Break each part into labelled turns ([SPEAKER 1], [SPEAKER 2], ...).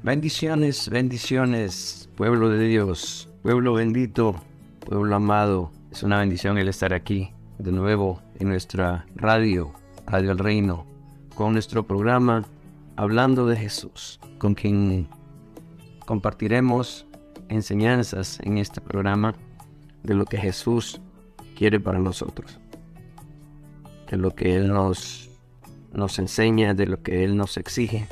[SPEAKER 1] Bendiciones, bendiciones, pueblo de Dios, pueblo bendito, pueblo amado. Es una bendición el estar aquí de nuevo en nuestra Radio El Reino, con nuestro programa Hablando de Jesús, con quien compartiremos enseñanzas en este programa de lo que Jesús quiere para nosotros, de lo que Él nos enseña, de lo que Él nos exige,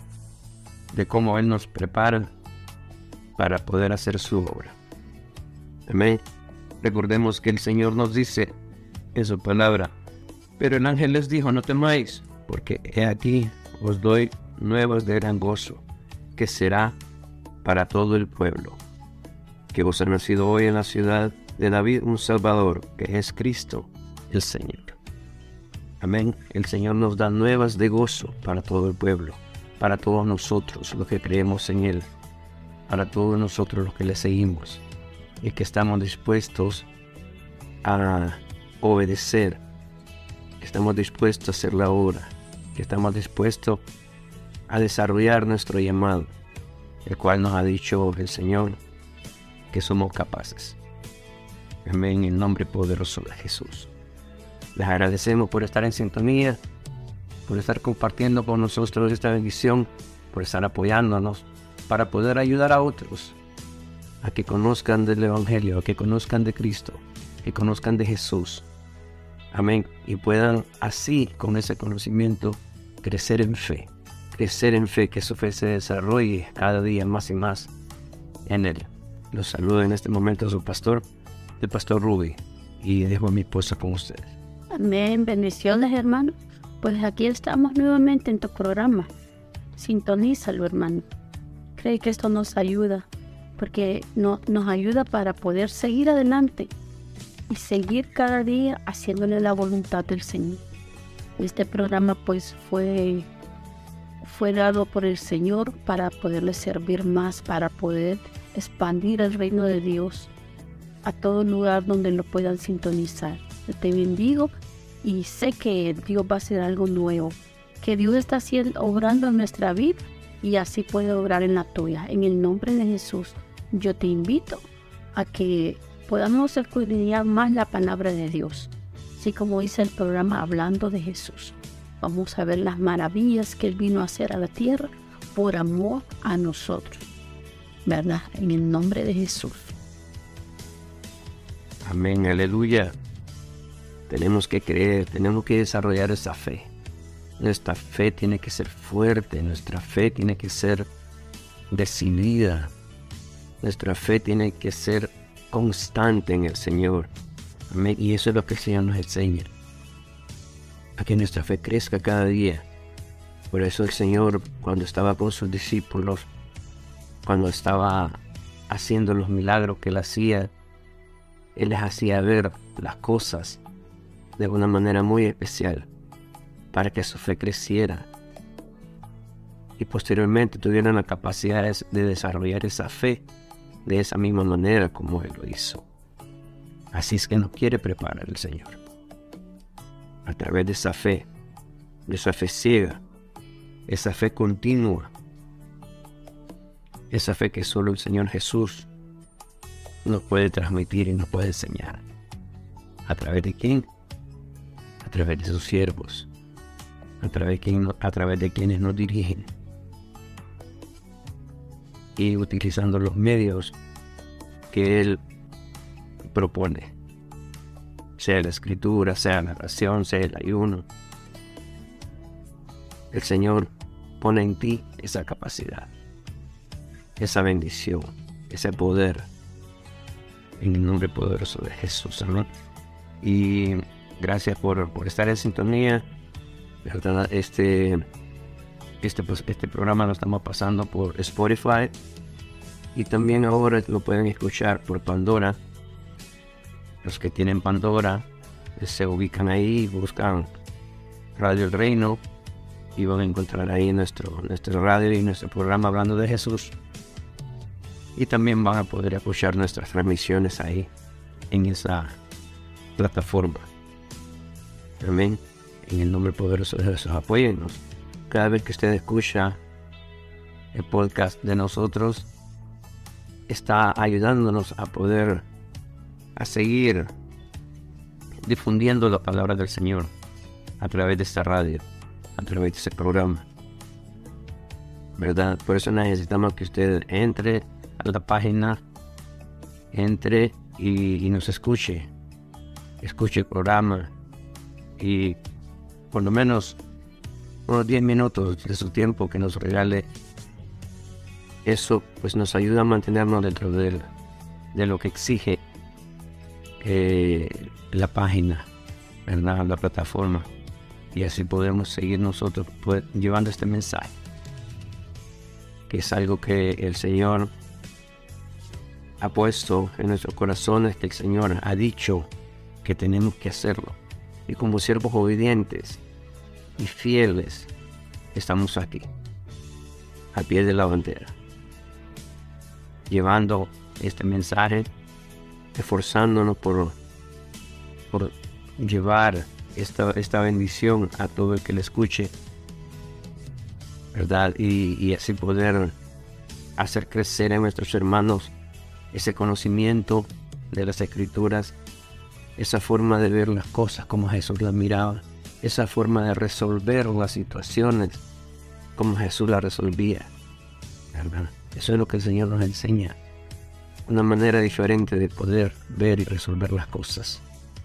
[SPEAKER 1] de cómo Él nos prepara para poder hacer su obra. Amén. Recordemos que el Señor nos dice en su palabra: pero el ángel les dijo, no temáis, porque he aquí os doy nuevas de gran gozo, que será para todo el pueblo, que os ha nacido hoy en la ciudad de David un Salvador, que es Cristo el Señor. Amén. El Señor nos da nuevas de gozo para todo el pueblo, para todos nosotros los que creemos en Él, para todos nosotros los que le seguimos y que estamos dispuestos a obedecer, que estamos dispuestos a hacer la obra, que estamos dispuestos a desarrollar nuestro llamado, el cual nos ha dicho el Señor que somos capaces. Amén, en el nombre poderoso de Jesús. Les agradecemos por estar en sintonía, por estar compartiendo con nosotros esta bendición, por estar apoyándonos para poder ayudar a otros a que conozcan del Evangelio, a que conozcan de Cristo, que conozcan de Jesús. Amén. Y puedan así, con ese conocimiento, crecer en fe, que su fe se desarrolle cada día más y más en Él. Los saludo en este momento su pastor, el pastor Ruby, y dejo a mi esposa con ustedes.
[SPEAKER 2] Amén, bendiciones, hermano. Pues aquí estamos nuevamente en tu programa. Sintonízalo, hermano. Cree que esto nos ayuda, porque nos ayuda para poder seguir adelante y seguir cada día haciéndole la voluntad del Señor. Este programa pues fue dado por el Señor para poderle servir más, para poder expandir el reino de Dios a todo lugar donde lo puedan sintonizar. Yo te bendigo y sé que Dios va a hacer algo nuevo, que Dios está obrando en nuestra vida y así puede obrar en la tuya. En el nombre de Jesús, yo te invito a que podamos escudriñar más la palabra de Dios. Así como dice el programa Hablando de Jesús. Vamos a ver las maravillas que Él vino a hacer a la tierra por amor a nosotros. ¿Verdad? En el nombre de Jesús.
[SPEAKER 1] Amén, aleluya. Tenemos que creer, tenemos que desarrollar esa fe. Nuestra fe tiene que ser fuerte, nuestra fe tiene que ser decidida. Nuestra fe tiene que ser constante en el Señor. Amén. Y eso es lo que el Señor nos enseña, a que nuestra fe crezca cada día. Por eso el Señor, cuando estaba con sus discípulos, cuando estaba haciendo los milagros que Él hacía, Él les hacía ver las cosas de una manera muy especial para que su fe creciera y posteriormente tuvieran la capacidad de desarrollar esa fe de esa misma manera como Él lo hizo. Así es que nos quiere preparar el Señor a través de esa fe ciega, esa fe continua, esa fe que solo el Señor Jesús nos puede transmitir y nos puede enseñar. ¿A través de quién? A través de sus siervos, a través de quienes nos dirigen y utilizando los medios que Él propone, sea la escritura, sea la oración, sea el ayuno. El Señor pone en ti esa capacidad, esa bendición, ese poder, en el nombre poderoso de Jesús. Amén. Y gracias por estar en sintonía. ¿Verdad? Este programa lo estamos pasando por Spotify y también ahora lo pueden escuchar por Pandora. Los que tienen Pandora se ubican ahí, buscan Radio El Reino y van a encontrar ahí nuestro radio y nuestro programa Hablando de Jesús. Y también van a poder escuchar nuestras transmisiones ahí en esa plataforma. Amén. En el nombre poderoso de Jesús, apóyennos. Cada vez que usted escucha el podcast de nosotros está ayudándonos a seguir difundiendo la palabra del Señor a través de esta radio, a través de este programa, ¿verdad? Por eso necesitamos que usted entre a la página, entre y nos escuche el programa, y por lo menos unos 10 minutos de su tiempo que nos regale. Eso pues nos ayuda a mantenernos dentro de lo que exige la página, ¿verdad? La plataforma, y así podemos seguir nosotros llevando este mensaje, que es algo que el Señor ha puesto en nuestros corazones, que el Señor ha dicho que tenemos que hacerlo, y como siervos obedientes y fieles estamos aquí al pie de la bandera, llevando este mensaje, esforzándonos por llevar esta bendición a todo el que le escuche, ¿verdad? Y así poder hacer crecer en nuestros hermanos ese conocimiento de las Escrituras, esa forma de ver las cosas como Jesús las miraba, esa forma de resolver las situaciones como Jesús las resolvía, ¿verdad? Eso es lo que el Señor nos enseña, una manera diferente de poder ver y resolver las cosas.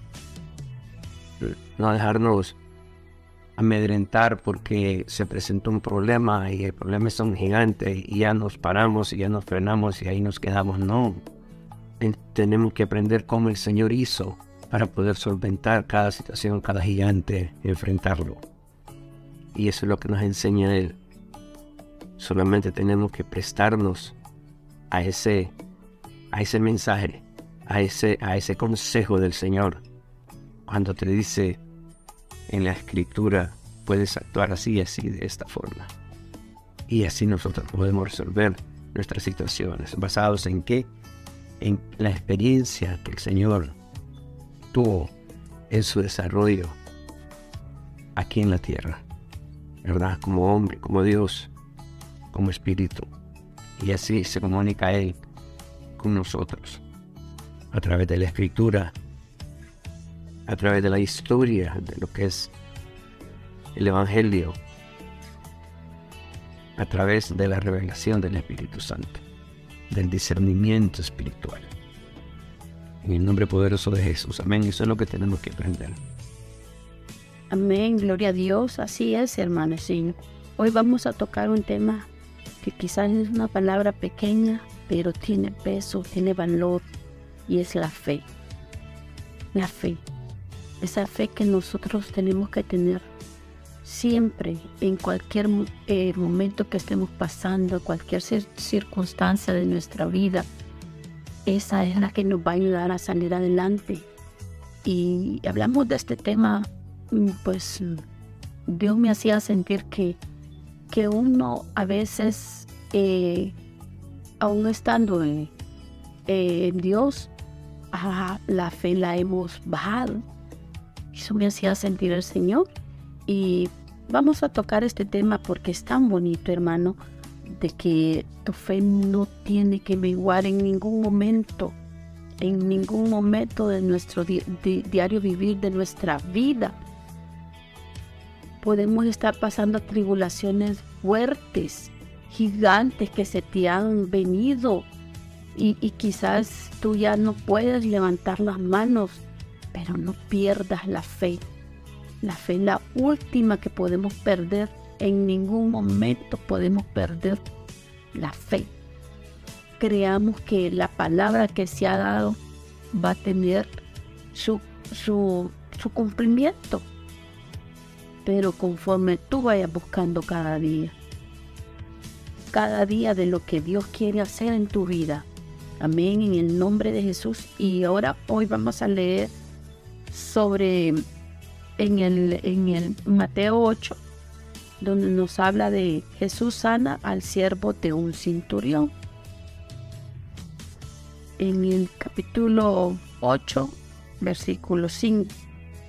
[SPEAKER 1] No dejarnos amedrentar porque se presentó un problema y el problema es un gigante y ya nos paramos y ya nos frenamos y ahí nos quedamos. No, tenemos que aprender cómo el Señor hizo para poder solventar cada situación, cada gigante, enfrentarlo. Y eso es lo que nos enseña Él. Solamente tenemos que prestarnos a ese mensaje, a ese consejo del Señor. Cuando te dice en la Escritura, puedes actuar así y así, de esta forma. Y así nosotros podemos resolver nuestras situaciones. ¿Basados en qué? En la experiencia que el Señor tuvo en su desarrollo aquí en la tierra, ¿verdad? Como hombre, como Dios, como Espíritu. Y así se comunica Él con nosotros a través de la Escritura, a través de la historia de lo que es el Evangelio, a través de la revelación del Espíritu Santo, del discernimiento espiritual. En el nombre poderoso de Jesús. Amén. Eso es lo que tenemos que aprender.
[SPEAKER 2] Amén. Gloria a Dios. Así es, hermanos. Sí. Hoy vamos a tocar un tema que quizás es una palabra pequeña, pero tiene peso, tiene valor, y es la fe. La fe. Esa fe que nosotros tenemos que tener siempre, en cualquier momento que estemos pasando, cualquier circunstancia de nuestra vida. Esa es la que nos va a ayudar a salir adelante. Y hablamos de este tema, pues Dios me hacía sentir que uno a veces, aún estando en Dios, la fe la hemos bajado. Eso me hacía sentir el Señor. Y vamos a tocar este tema porque es tan bonito, hermano, de que tu fe no tiene que menguar en ningún momento de nuestro diario vivir, de nuestra vida. Podemos estar pasando tribulaciones fuertes, gigantes que se te han venido, y quizás tú ya no puedes levantar las manos, pero no pierdas la fe. La fe es la última que podemos perder. En ningún momento podemos perder la fe. Creamos que la palabra que se ha dado va a tener su cumplimiento. Pero conforme tú vayas buscando cada día de lo que Dios quiere hacer en tu vida. Amén, en el nombre de Jesús. Y ahora, hoy vamos a leer sobre en el Mateo 8, donde nos habla de Jesús sana al siervo de un centurión. En el capítulo 8, versículo 5,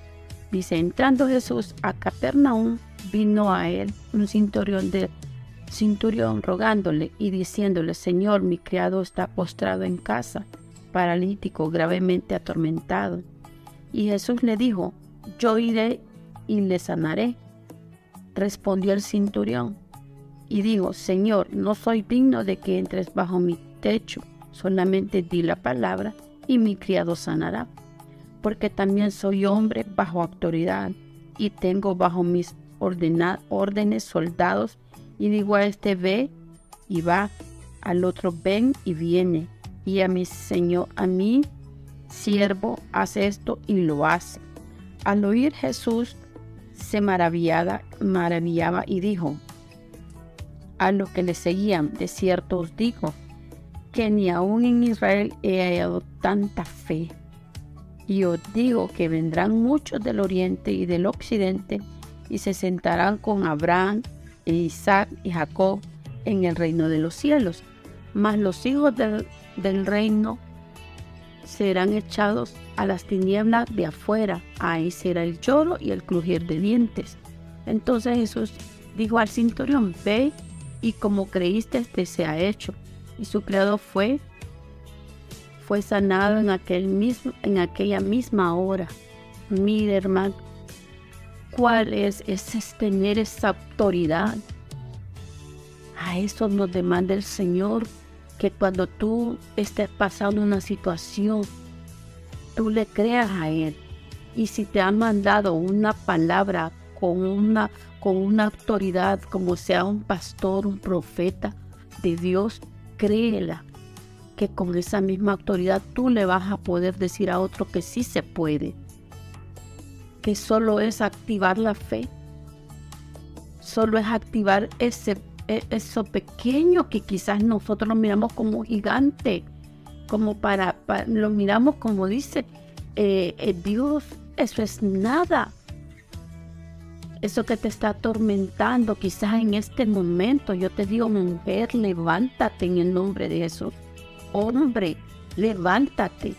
[SPEAKER 2] dice: entrando Jesús a Capernaum, vino a él un centurión de centurión rogándole y diciéndole: Señor, mi criado está postrado en casa, paralítico, gravemente atormentado. Y Jesús le dijo: yo iré y le sanaré. Respondió el centurión y dijo: Señor, no soy digno de que entres bajo mi techo, solamente di la palabra y mi criado sanará, porque también soy hombre bajo autoridad y tengo bajo mis órdenes soldados, y digo a este: ve y va, al otro: ven y viene, y a mi siervo: haz esto, y lo hace. Al oír Jesús se maravillaba y dijo a los que le seguían: de cierto os digo que ni aun en Israel he hallado tanta fe. Y os digo que vendrán muchos del oriente y del occidente y se sentarán con Abraham, e Isaac y Jacob en el reino de los cielos. Mas los hijos del reino serán echados a las tinieblas de afuera. Ahí será el lloro y el crujir de dientes. Entonces Jesús dijo al centurión: ve, y como creíste, te sea hecho. Y su criado fue sanado en aquella misma hora. Mire, hermano, ¿cuál es tener esa autoridad? A eso nos demanda el Señor, que cuando tú estés pasando una situación, tú le creas a Él. Y si te han mandado una palabra con una autoridad, como sea un pastor, un profeta de Dios, créela, que con esa misma autoridad tú le vas a poder decir a otro que sí se puede, que solo es activar la fe, solo es activar eso pequeño que quizás nosotros lo miramos como gigante, como lo miramos como dice Dios. Eso es nada. Eso que te está atormentando quizás en este momento, yo te digo: mujer, levántate en el nombre de Jesús. Hombre, levántate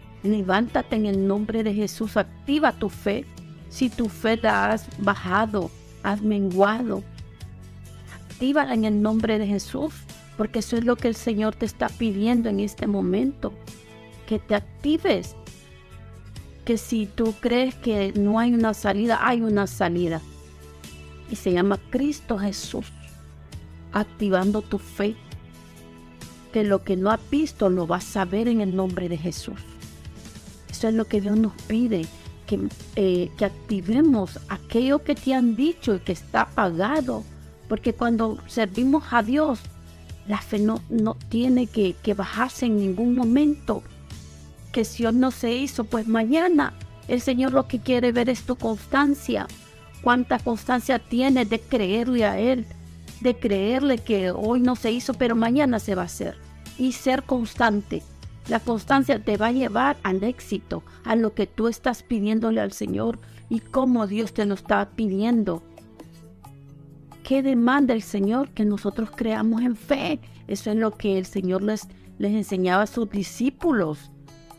[SPEAKER 2] en el nombre de Jesús. Activa tu fe. Si tu fe la has bajado, has menguado, actívala en el nombre de Jesús, porque eso es lo que el Señor te está pidiendo en este momento, que te actives. Que si tú crees que no hay una salida, hay una salida. Y se llama Cristo Jesús. Activando tu fe. Que lo que no has visto lo vas a ver en el nombre de Jesús. Eso es lo que Dios nos pide. Que activemos aquello que te han dicho y que está apagado. Porque cuando servimos a Dios, la fe no tiene que bajarse en ningún momento. Que si hoy no se hizo, pues mañana. El Señor lo que quiere ver es tu constancia. ¿Cuánta constancia tienes de creerle a Él? De creerle que hoy no se hizo, pero mañana se va a hacer. Y ser constante. La constancia te va a llevar al éxito, a lo que tú estás pidiéndole al Señor y cómo Dios te lo está pidiendo. ¿Qué demanda el Señor? Que nosotros creamos en fe. Eso es lo que el Señor les enseñaba a sus discípulos.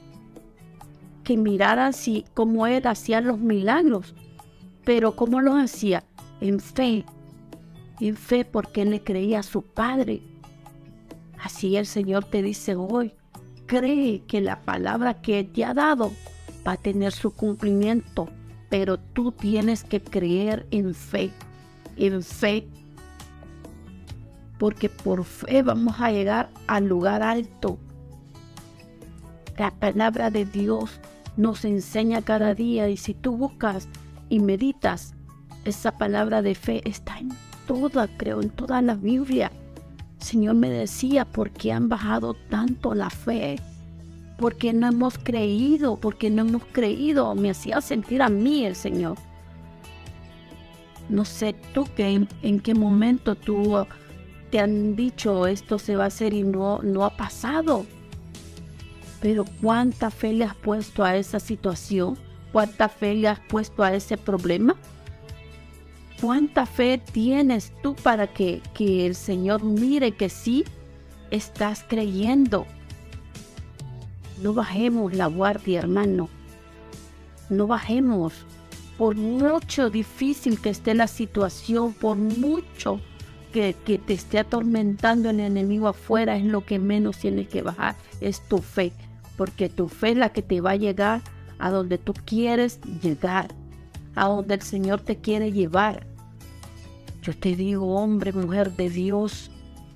[SPEAKER 2] Que miraran cómo Él hacía los milagros. Pero ¿cómo los hacía? En fe. En fe, porque Él le creía a su Padre. Así el Señor te dice hoy: cree que la palabra que te ha dado va a tener su cumplimiento, pero tú tienes que creer en fe. En fe. Porque por fe vamos a llegar al lugar alto. La palabra de Dios nos enseña cada día, y si tú buscas y meditas, esa palabra de fe está en toda la Biblia. El Señor me decía: ¿por qué han bajado tanto la fe? ¿Por qué no hemos creído? ¿Por qué no hemos creído? Me hacía sentir a mí el Señor. No sé tú en qué momento tú te han dicho esto se va a hacer y no ha pasado. Pero ¿cuánta fe le has puesto a esa situación? ¿Cuánta fe le has puesto a ese problema? ¿Cuánta fe tienes tú para que el Señor mire que sí estás creyendo? No bajemos la guardia, hermano. No bajemos. Por mucho difícil que esté la situación, por mucho que te esté atormentando el enemigo afuera es lo que menos tienes que bajar, es tu fe, porque tu fe es la que te va a llegar a donde tú quieres llegar, a donde el Señor te quiere llevar. Yo te digo, hombre, mujer de Dios,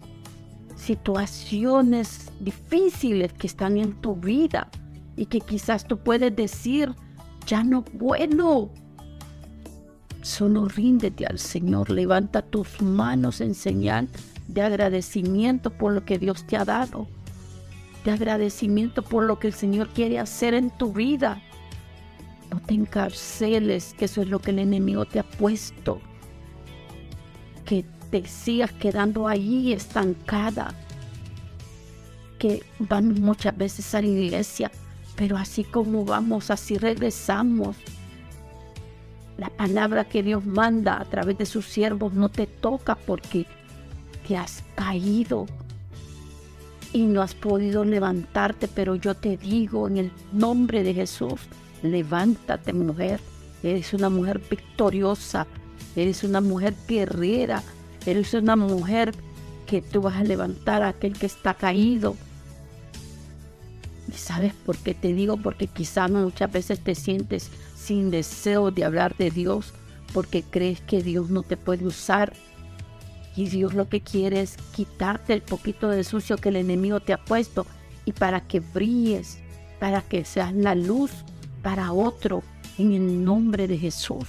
[SPEAKER 2] situaciones difíciles que están en tu vida y que quizás tú puedes decir, ya no puedo. Solo ríndete al Señor, levanta tus manos en señal de agradecimiento por lo que Dios te ha dado, de agradecimiento por lo que el Señor quiere hacer en tu vida. No te encarceles, que eso es lo que el enemigo te ha puesto, que te sigas quedando ahí estancada, que van muchas veces a la iglesia, pero así como vamos, así regresamos. La palabra que Dios manda a través de sus siervos no te toca porque te has caído y no has podido levantarte, pero yo te digo en el nombre de Jesús, levántate, mujer. Eres una mujer victoriosa, eres una mujer guerrera, eres una mujer que tú vas a levantar a aquel que está caído. ¿Y sabes por qué te digo? Porque quizás muchas veces te sientes sin deseo de hablar de Dios, porque crees que Dios no te puede usar. Y Dios lo que quiere es quitarte el poquito de sucio que el enemigo te ha puesto, y para que brilles, para que seas la luz para otro, en el nombre de Jesús.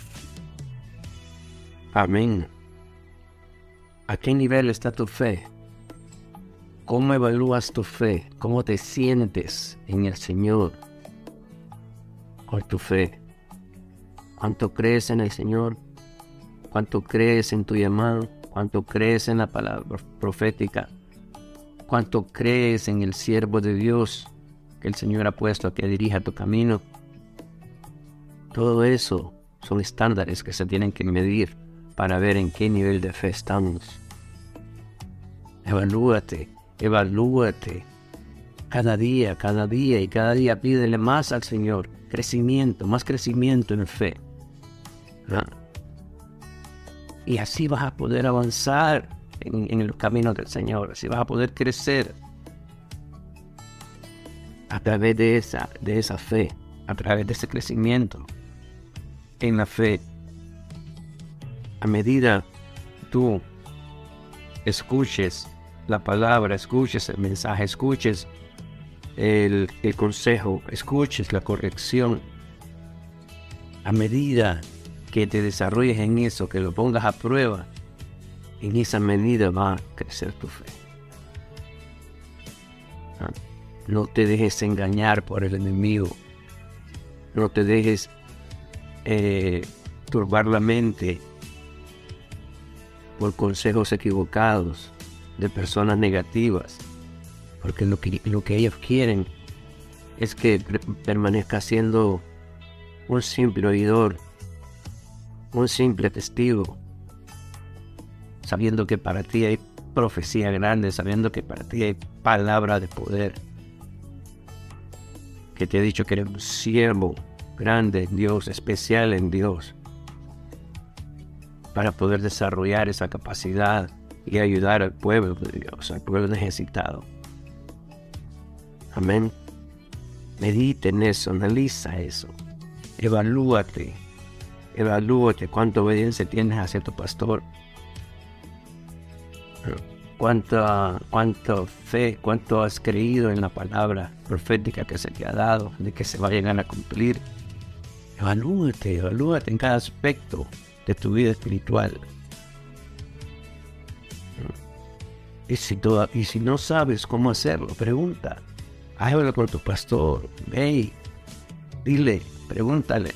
[SPEAKER 1] Amén. ¿A qué nivel está tu fe? ¿Cómo evalúas tu fe? ¿Cómo te sientes en el Señor por tu fe? ¿Cuánto crees en el Señor? ¿Cuánto crees en tu llamado? ¿Cuánto crees en la palabra profética? ¿Cuánto crees en el siervo de Dios que el Señor ha puesto a que dirija tu camino? Todo eso son estándares que se tienen que medir para ver en qué nivel de fe estamos. Evalúate cada día, y cada día pídele más al Señor, más crecimiento en fe. ¿No? Y así vas a poder avanzar en los caminos del Señor, así vas a poder crecer a través de esa fe, a través de ese crecimiento en la fe. A medida tú escuches la palabra, escuches el mensaje, escuches el consejo, escuches la corrección, a medida que te desarrolles en eso, que lo pongas a prueba, en esa medida va a crecer tu fe. No te dejes engañar por el enemigo, no te dejes turbar la mente por consejos equivocados de personas negativas, porque lo que ellos quieren es que permanezca siendo un simple oidor, un simple testigo, sabiendo que para ti hay profecía grande, sabiendo que para ti hay palabra de poder, que te ha dicho que eres un siervo grande en Dios, especial en Dios, para poder desarrollar esa capacidad y ayudar al pueblo de Dios, al pueblo necesitado. Amén. Medita en eso, analiza eso, evalúate cuánta obediencia tienes hacia tu pastor, cuánta fe, cuánto has creído en la palabra profética que se te ha dado, de que se va a llegar a cumplir. Evalúate en cada aspecto de tu vida espiritual. Y si no sabes cómo hacerlo, pregunta. Háblalo con tu pastor. Ve, dile, pregúntale.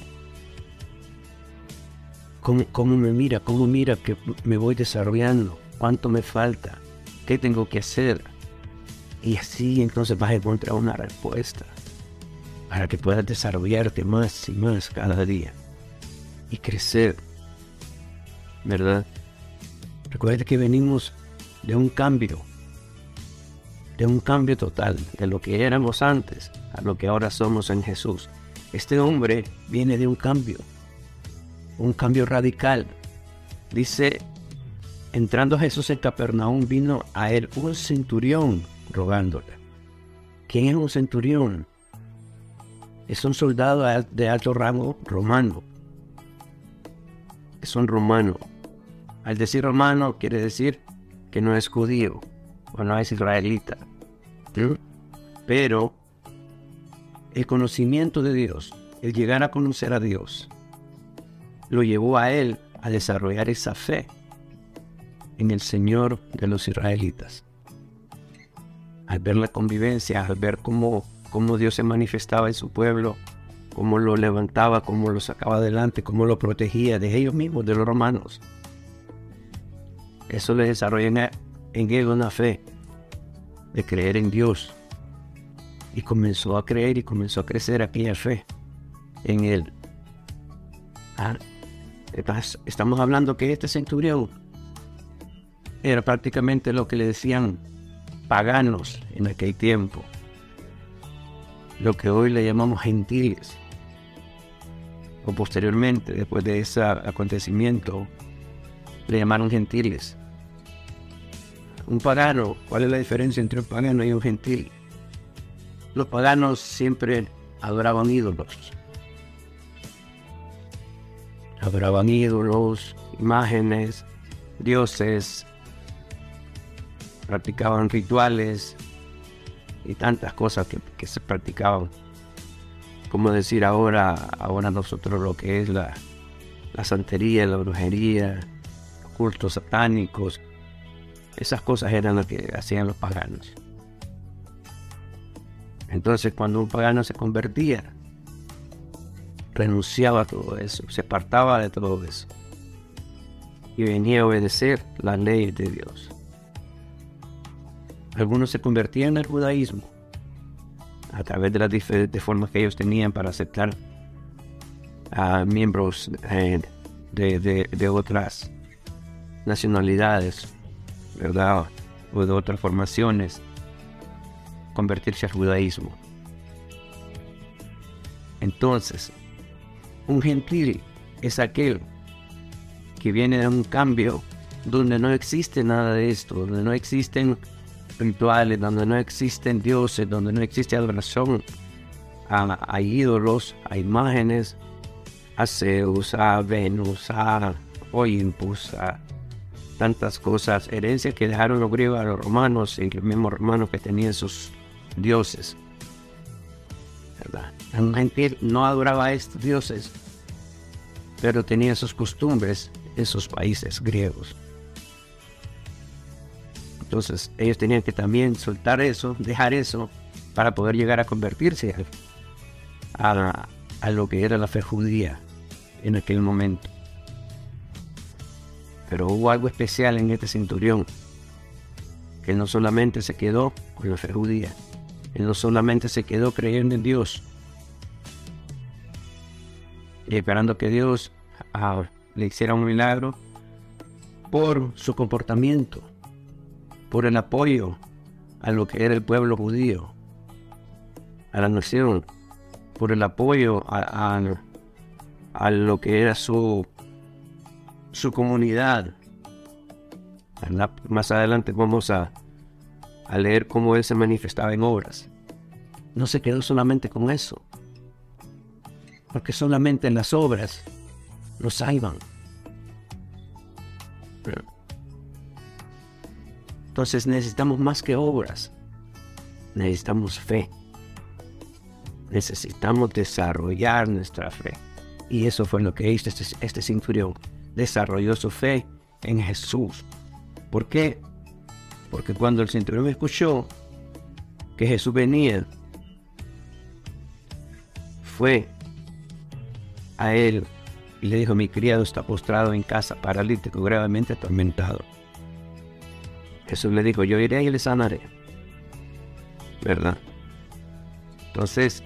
[SPEAKER 1] ¿Cómo me mira? ¿Cómo mira que me voy desarrollando? ¿Cuánto me falta? ¿Qué tengo que hacer? Y así entonces vas a encontrar una respuesta para que puedas desarrollarte más y más cada día y crecer, ¿verdad? Recuerda que venimos de un cambio total, de lo que éramos antes a lo que ahora somos en Jesús. Este hombre viene de un cambio radical. Dice entrando Jesús en Capernaum, vino a él un centurión rogándole. ¿Quién es un centurión? Es un soldado de alto rango romano. Es un romano. Al decir romano quiere decir que no es judío o no es israelita. ¿Sí? Pero el conocimiento de Dios, el llegar a conocer a Dios, lo llevó a él a desarrollar esa fe en el Señor de los israelitas. Al ver la convivencia, al ver cómo Dios se manifestaba en su pueblo, cómo lo levantaba, cómo lo sacaba adelante, cómo lo protegía de ellos mismos, de los romanos. Eso le desarrolló en él una fe de creer en Dios. Y comenzó a creer y comenzó a crecer aquella fe en él. Estamos hablando que este centurión era prácticamente lo que le decían paganos en aquel tiempo, lo que hoy le llamamos gentiles, o posteriormente, después de ese acontecimiento, le llamaron gentiles. Un pagano, ¿cuál es la diferencia entre un pagano y un gentil? Los paganos siempre adoraban ídolos. Adoraban ídolos, imágenes, dioses, practicaban rituales y tantas cosas que se practicaban. Como decir ahora nosotros lo que es la santería, la brujería, los cultos satánicos, esas cosas eran lo que hacían los paganos. Entonces cuando un pagano se convertía, renunciaba a todo eso, se apartaba de todo eso y venía a obedecer las leyes de Dios. Algunos se convertían al judaísmo a través de las diferentes formas que ellos tenían para aceptar a miembros de otras nacionalidades, ¿verdad? O de otras formaciones, convertirse al judaísmo. Entonces, un gentil es aquel que viene de un cambio donde no existe nada de esto, donde no existen rituales, donde no existen dioses, donde no existe adoración a ídolos, a imágenes, a Zeus, a Venus, a Olympus, a tantas cosas, herencias que dejaron los griegos a los romanos y los mismos romanos que tenían sus dioses, ¿verdad? Un gentil no adoraba a estos dioses, pero tenía sus costumbres en sus países griegos. Entonces ellos tenían que también soltar eso, dejar eso, para poder llegar a convertirse a lo que era la fe judía en aquel momento. Pero hubo algo especial en este centurión, que no solamente se quedó con la fe judía, él no solamente se quedó creyendo en Dios y esperando que Dios le hiciera un milagro por su comportamiento, por el apoyo a lo que era el pueblo judío, a la nación, por el apoyo a lo que era su comunidad. Más adelante vamos a leer cómo él se manifestaba en obras. No se quedó solamente con eso, porque solamente en las obras lo salvan. Entonces necesitamos más que obras, necesitamos fe, necesitamos desarrollar nuestra fe. Y eso fue lo que hizo este centurión, desarrolló su fe en Jesús. ¿Por qué? Porque cuando el centurión escuchó que Jesús venía, fue a él y le dijo: mi criado está postrado en casa, paralítico, gravemente atormentado. Jesús le dijo: yo iré y le sanaré, ¿verdad? Entonces,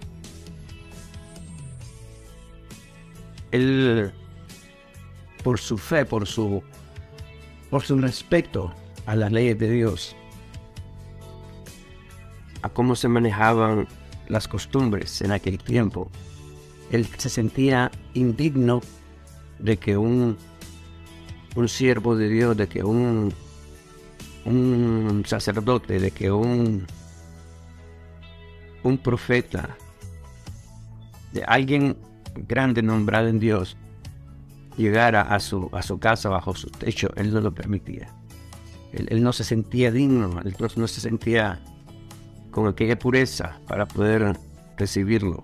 [SPEAKER 1] él, por su fe, por su respeto a las leyes de Dios, a cómo se manejaban las costumbres en aquel tiempo, él se sentía indigno de que un un siervo de Dios, de que un sacerdote, de que un profeta, de alguien grande nombrado en Dios, llegara a su casa bajo su techo. Él no lo permitía. Él no se sentía digno, él no se sentía con aquella pureza para poder recibirlo,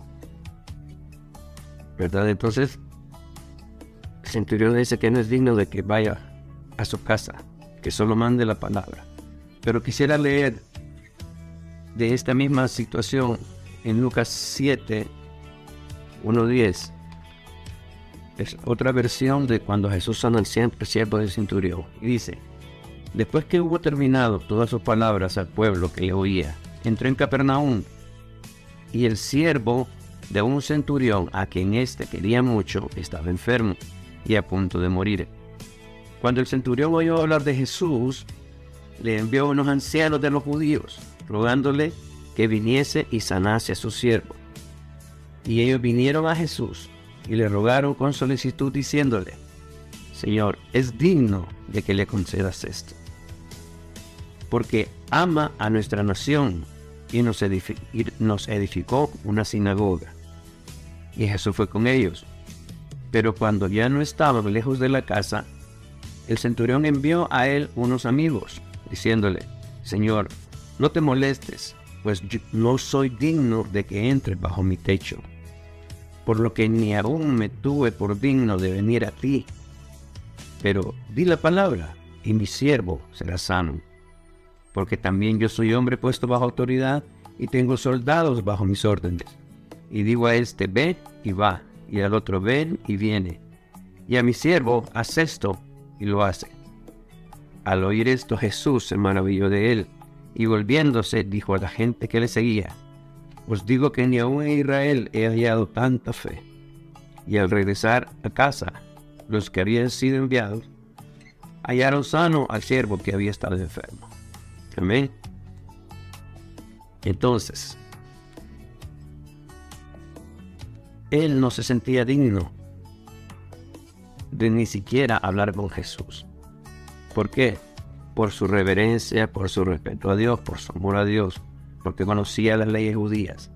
[SPEAKER 1] ¿verdad? Entonces el centurión dice que no es digno de que vaya a su casa, que solo mande la palabra. Pero quisiera leer de esta misma situación en Lucas 7, 1:10. Es otra versión de cuando Jesús sana al siervo del centurión. Y dice: después que hubo terminado todas sus palabras al pueblo que le oía, entró en Capernaum, y el siervo de un centurión, a quien éste quería mucho, estaba enfermo y a punto de morir. Cuando el centurión oyó hablar de Jesús, le envió a unos ancianos de los judíos, rogándole que viniese y sanase a su siervo. Y ellos vinieron a Jesús y le rogaron con solicitud, diciéndole: Señor, es digno de que le concedas esto, porque ama a nuestra nación y nos edificó una sinagoga. Y Jesús fue con ellos. Pero cuando ya no estaban lejos de la casa, el centurión envió a él unos amigos, diciéndole: Señor, no te molestes, pues yo no soy digno de que entres bajo mi techo, por lo que ni aún me tuve por digno de venir a ti. Pero di la palabra, y mi siervo será sano, porque también yo soy hombre puesto bajo autoridad, y tengo soldados bajo mis órdenes. Y digo a este: ven, y va, y al otro: ven, y viene. Y a mi siervo: haz esto, y lo hace. Al oír esto, Jesús se maravilló de él, y volviéndose dijo a la gente que le seguía: os digo que ni aún en Israel he hallado tanta fe. Y al regresar a casa, los que habían sido enviados hallaron sano al siervo que había estado enfermo. Amén. Entonces, él no se sentía digno de ni siquiera hablar con Jesús. ¿Por qué? Por su reverencia, por su respeto a Dios, por su amor a Dios, porque conocía las leyes judías.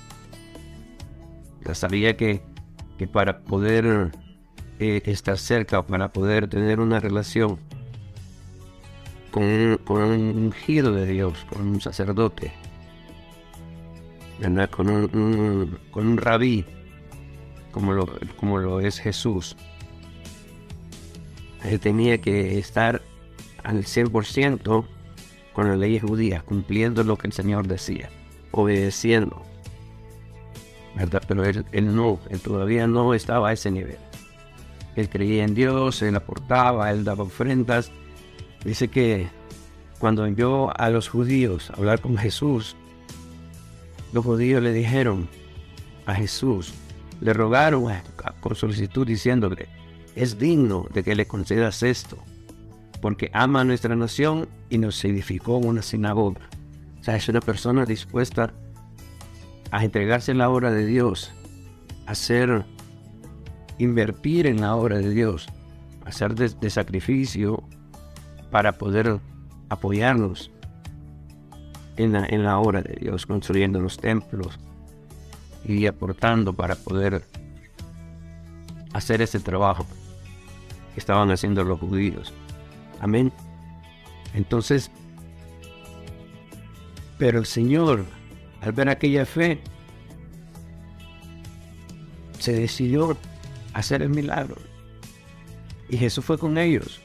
[SPEAKER 1] Ya sabía que para poder estar cerca, o para poder tener una relación con un ungido de Dios, con un sacerdote, ¿verdad? Con un rabí, como lo es Jesús, él tenía que estar al 100% con las leyes judías, cumpliendo lo que el Señor decía, obedeciendo, ¿verdad? Pero él todavía no estaba a ese nivel. Él creía en Dios, él aportaba, él daba ofrendas. Dice que cuando envió a los judíos a hablar con Jesús, los judíos le dijeron a Jesús, le rogaron con solicitud, diciéndole: es digno de que le concedas esto, porque ama a nuestra nación y nos edificó una sinagoga. O sea, es una persona dispuesta a entregarse en la obra de Dios, invertir en la obra de Dios, hacer de sacrificio para poder apoyarnos en la obra de Dios, construyendo los templos y aportando para poder hacer ese trabajo que estaban haciendo los judíos. Amén. Entonces, pero el Señor, al ver aquella fe, se decidió a hacer el milagro. Y Jesús fue con ellos.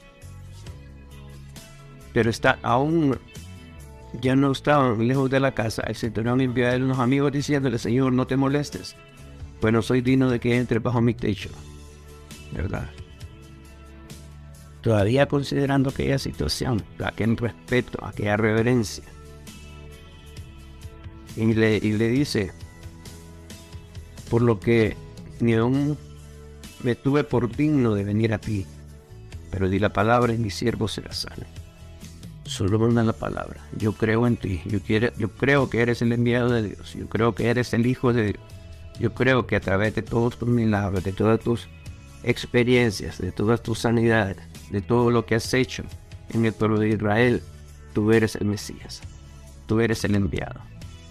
[SPEAKER 1] Pero ya no estaban lejos de la casa. El centurión envió a él unos amigos diciéndole: Señor, no te molestes, pues no soy digno de que entre bajo mi techo. ¿Verdad? Todavía considerando aquella situación, aquel respeto, aquella reverencia. Y le dice: por lo que ni aún me tuve por digno de venir a ti, pero di la palabra y mi siervo será sano. Solo manda la palabra. Yo creo en ti. Yo creo que eres el enviado de Dios. Yo creo que eres el Hijo de Dios. Yo creo que a través de todos tus milagros, de todas tus experiencias, de todas tus sanidades, de todo lo que has hecho en el pueblo de Israel, tú eres el Mesías, tú eres el enviado.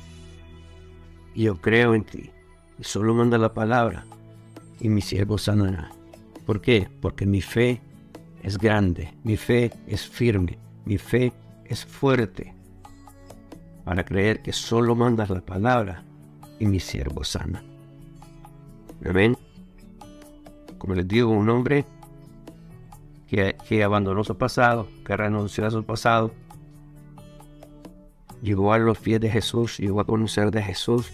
[SPEAKER 1] Y yo creo en ti, y solo manda la palabra, y mi siervo sanará. ¿Por qué? Porque mi fe es grande, mi fe es firme, mi fe es fuerte, para creer que solo mandas la palabra, y mi siervo sana. Amén. Como les digo, un hombre que abandonó su pasado, que renunció a su pasado, llegó a los pies de Jesús, llegó a conocer de Jesús,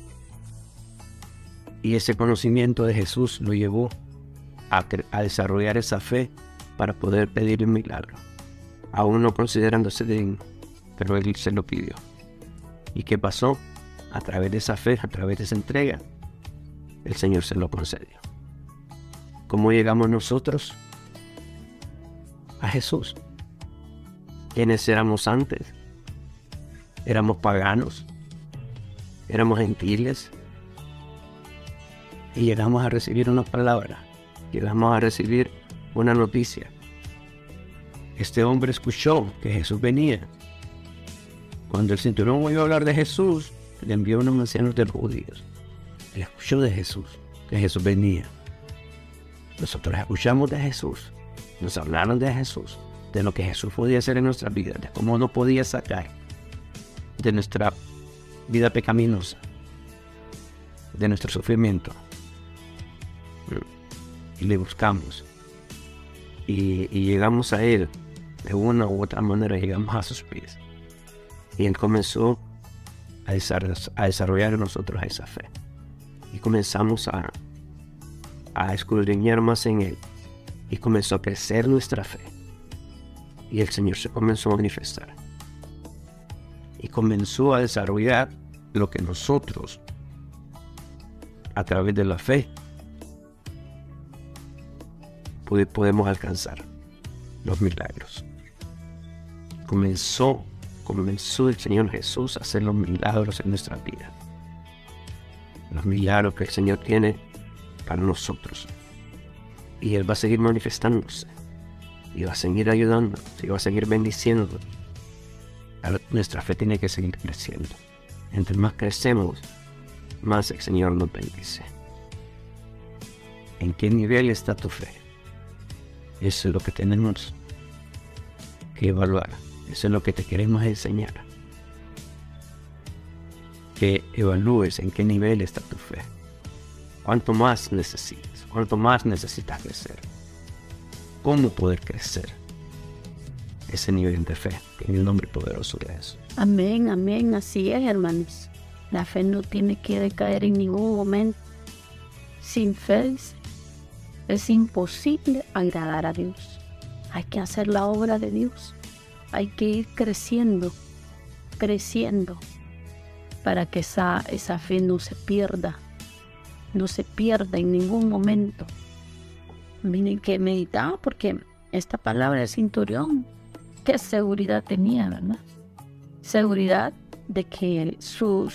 [SPEAKER 1] y ese conocimiento de Jesús lo llevó a desarrollar esa fe para poder pedir un milagro, aún no considerándose digno, pero él se lo pidió. ¿Y qué pasó? A través de esa fe, a través de esa entrega, el Señor se lo concedió. ¿Cómo llegamos nosotros a Jesús? ¿Quiénes éramos antes? Éramos paganos, éramos gentiles, y llegamos a recibir una palabra, llegamos a recibir una noticia. Este hombre escuchó que Jesús venía. Cuando el centurión oyó hablar de Jesús, le envió a unos ancianos de los judíos. Él escuchó de Jesús, que Jesús venía. Nosotros escuchamos de Jesús, nos hablaron de Jesús, de lo que Jesús podía hacer en nuestra vida, de cómo nos podía sacar de nuestra vida pecaminosa, de nuestro sufrimiento. Y le buscamos. Y llegamos a Él, de una u otra manera llegamos a sus pies. Y Él comenzó a desarrollar en nosotros esa fe. Y comenzamos a escudriñar más en Él. Y comenzó a crecer nuestra fe. Y el Señor se comenzó a manifestar. Y comenzó a desarrollar lo que nosotros, a través de la fe, podemos alcanzar, los milagros. Comenzó el Señor Jesús a hacer los milagros en nuestra vida. Los milagros que el Señor tiene para nosotros. Y Él va a seguir manifestándose. Y va a seguir ayudando. Y va a seguir bendiciendo. Nuestra fe tiene que seguir creciendo. Entre más crecemos, más el Señor nos bendice. ¿En qué nivel está tu fe? Eso es lo que tenemos que evaluar. Eso es lo que te queremos enseñar. Que evalúes en qué nivel está tu fe. ¿Cuánto más necesitas? ¿Cuánto más necesitas crecer? ¿Cómo poder crecer? Ese nivel de fe, en el nombre poderoso de Jesús.
[SPEAKER 2] Amén, amén. Así es, hermanos. La fe no tiene que decaer en ningún momento. Sin fe es imposible agradar a Dios. Hay que hacer la obra de Dios. Hay que ir creciendo, para que esa fe no se pierda. No se pierda en ningún momento. Miren que meditaba, porque esta palabra de centurión, qué seguridad tenía, ¿verdad? Seguridad de que su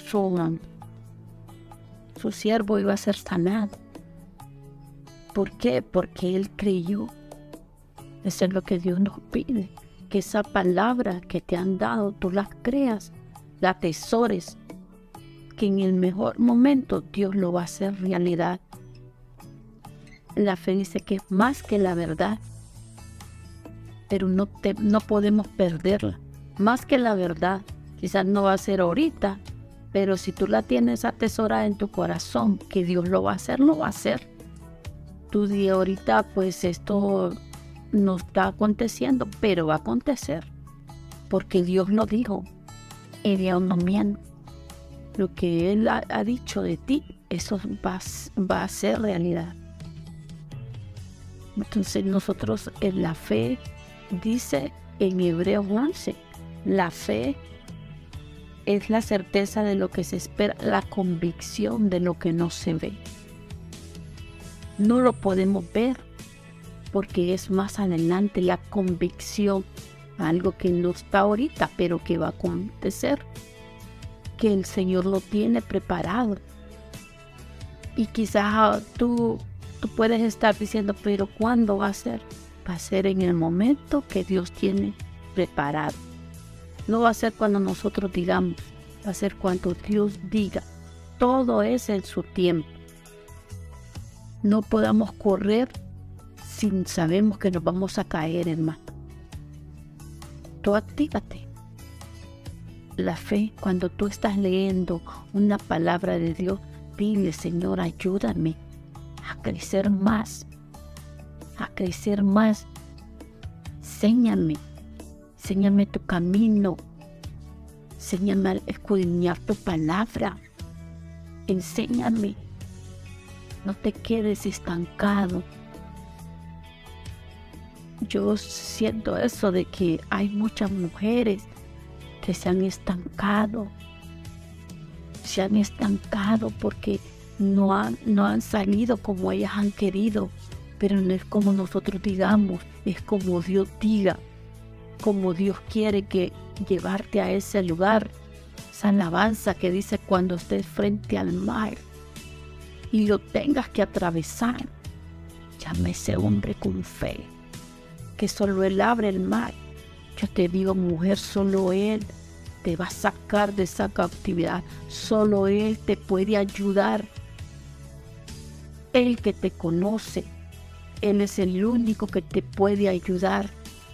[SPEAKER 2] siervo iba a ser sanado. ¿Por qué? Porque él creyó. Eso es lo que Dios nos pide, que esa palabra que te han dado, tú las creas, la atesores, que en el mejor momento Dios lo va a hacer realidad. La fe dice que es más que la verdad, pero no podemos perderla. Más que la verdad, quizás no va a ser ahorita, pero si tú la tienes atesorada en tu corazón, que Dios lo va a hacer, lo va a hacer. Tú di ahorita, pues esto no está aconteciendo, pero va a acontecer, porque Dios lo dijo. Y Dios no miente. Lo que Él ha dicho de ti, eso va a ser realidad. Entonces nosotros en la fe, dice en Hebreos 11, la fe es la certeza de lo que se espera, la convicción de lo que no se ve. No lo podemos ver porque es más adelante la convicción, algo que no está ahorita, pero que va a acontecer, que el Señor lo tiene preparado. Y quizás tú Tú puedes estar diciendo, pero ¿cuándo va a ser? Va a ser en el momento que Dios tiene preparado. No va a ser cuando nosotros digamos, va a ser cuando Dios diga. Todo es en su tiempo. No podamos correr sin sabemos que nos vamos a caer, hermano. Tú actívate. La fe, cuando tú estás leyendo una palabra de Dios, dile, Señor, ayúdame a crecer más, enséñame tu camino, enséñame a escudriñar tu palabra, enséñame, no te quedes estancado. Yo siento eso de que hay muchas mujeres que se han estancado porque no han salido como ellas han querido, pero no es como nosotros digamos, es como Dios diga, como Dios quiere que llevarte a ese lugar. Esa alabanza que dice cuando estés frente al mar y lo tengas que atravesar, llama a ese hombre con fe, que solo Él abre el mar. Yo te digo, mujer, solo Él te va a sacar de esa cautividad, solo Él te puede ayudar. Él que te conoce, Él es el único que te puede ayudar.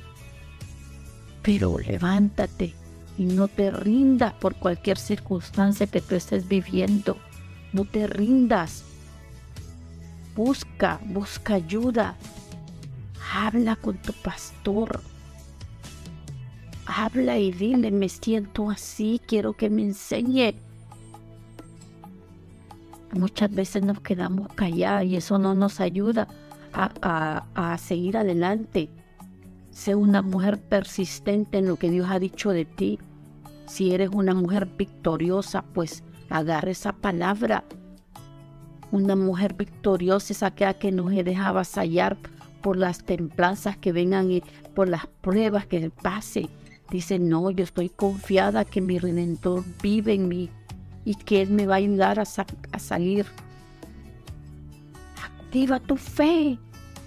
[SPEAKER 2] Pero levántate y no te rindas por cualquier circunstancia que tú estés viviendo. No te rindas. Busca ayuda. Habla con tu pastor. Habla y dile, me siento así, quiero que me enseñe. Muchas veces nos quedamos calladas y eso no nos ayuda a seguir adelante. Sé una mujer persistente en lo que Dios ha dicho de ti. Si eres una mujer victoriosa, pues agarra esa palabra. Una mujer victoriosa es aquella que no se deja avasallar por las templanzas que vengan y por las pruebas que pase. Dice, no, yo estoy confiada que mi Redentor vive en mí y que Él me va a ayudar a salir. Activa tu fe.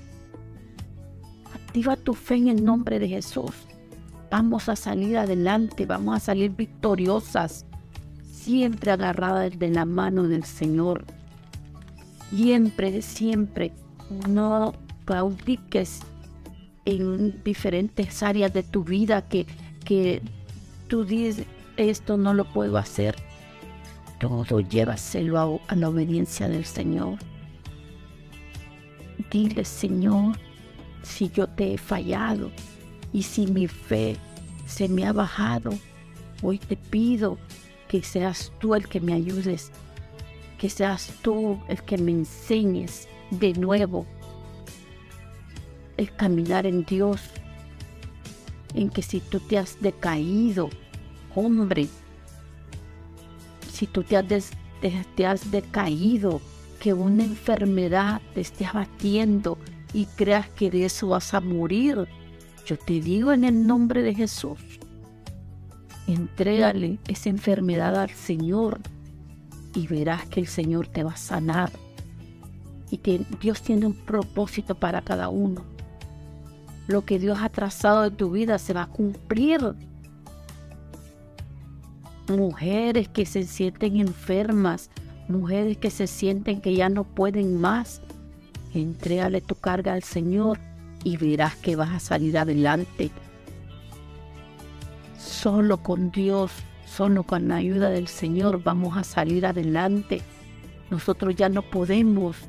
[SPEAKER 2] Activa tu fe en el nombre de Jesús. Vamos a salir adelante, vamos a salir victoriosas, siempre agarradas de la mano del Señor. Siempre, no claudiques en diferentes áreas de tu vida que tú dices, esto no lo puedo hacer. Todo llévaselo a la obediencia del Señor. Dile, Señor, si yo te he fallado y si mi fe se me ha bajado, hoy te pido que seas tú el que me ayudes, que seas tú el que me enseñes de nuevo el caminar en Dios, en que si tú te has decaído, hombre, si tú te has decaído, que una enfermedad te esté abatiendo y creas que de eso vas a morir, yo te digo en el nombre de Jesús, entrégale esa enfermedad al Señor y verás que el Señor te va a sanar. Y Dios tiene un propósito para cada uno. Lo que Dios ha trazado de tu vida se va a cumplir. Mujeres que se sienten enfermas, mujeres que se sienten que ya no pueden más, entrégale tu carga al Señor y verás que vas a salir adelante. Solo con Dios, solo con la ayuda del Señor vamos a salir adelante. Nosotros ya no podemos.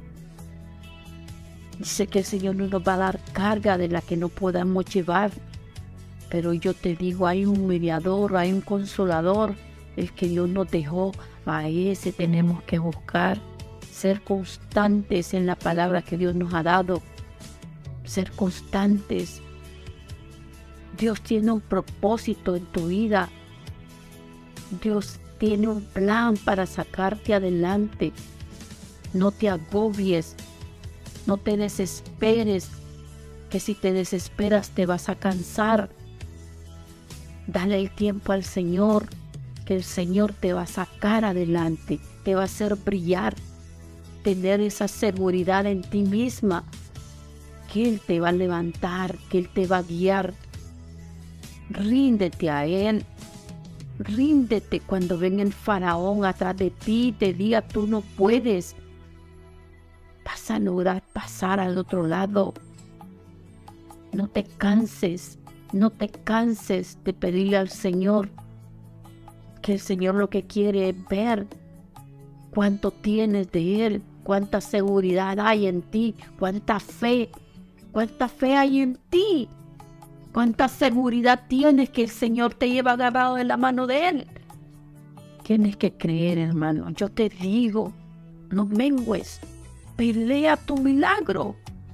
[SPEAKER 2] Dice que el Señor no nos va a dar carga de la que no podamos llevar. Pero yo te digo, hay un mediador, hay un consolador, el que Dios nos dejó. A ese tenemos que buscar. Ser constantes en la palabra que Dios nos ha dado. Ser constantes. Dios tiene un propósito en tu vida. Dios tiene un plan para sacarte adelante. No te agobies. No te desesperes, que si te desesperas te vas a cansar. Dale el tiempo al Señor, que el Señor te va a sacar adelante, te va a hacer brillar, tener esa seguridad en ti misma, que Él te va a levantar, que Él te va a guiar. Ríndete a Él. Ríndete cuando venga el faraón atrás de ti y te diga tú no puedes. Vas a lograr pasar al otro lado. No te canses de pedirle al Señor, que el Señor lo que quiere es ver cuánto tienes de Él, cuánta seguridad hay en ti, cuánta fe hay en ti, cuánta seguridad tienes que el Señor te lleva agarrado de la mano de Él. Tienes que creer, hermano. Yo te digo, no mengues, pelea tu milagro,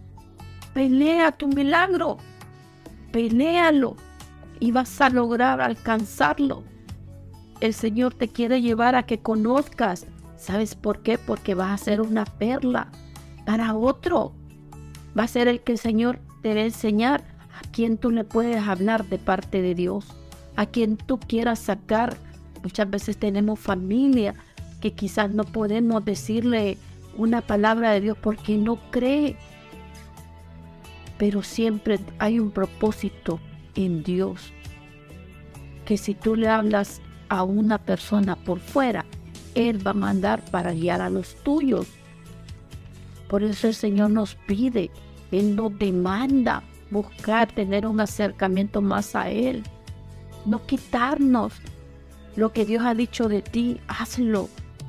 [SPEAKER 2] peléalo y vas a lograr alcanzarlo. El Señor te quiere llevar a que conozcas. ¿Sabes por qué? Porque vas a ser una perla para otro. Va a ser el que el Señor te va a enseñar a quien tú le puedes hablar de parte de Dios, a quien tú quieras sacar. Muchas veces tenemos familia que quizás no podemos decirle una palabra de Dios porque no cree. Pero siempre hay un propósito en Dios, que si tú le hablas a una persona por fuera, Él va a mandar para guiar a los tuyos. Por eso el Señor nos pide, Él nos demanda buscar, tener un acercamiento más a Él. No quitarnos lo que Dios ha dicho de ti, hazlo.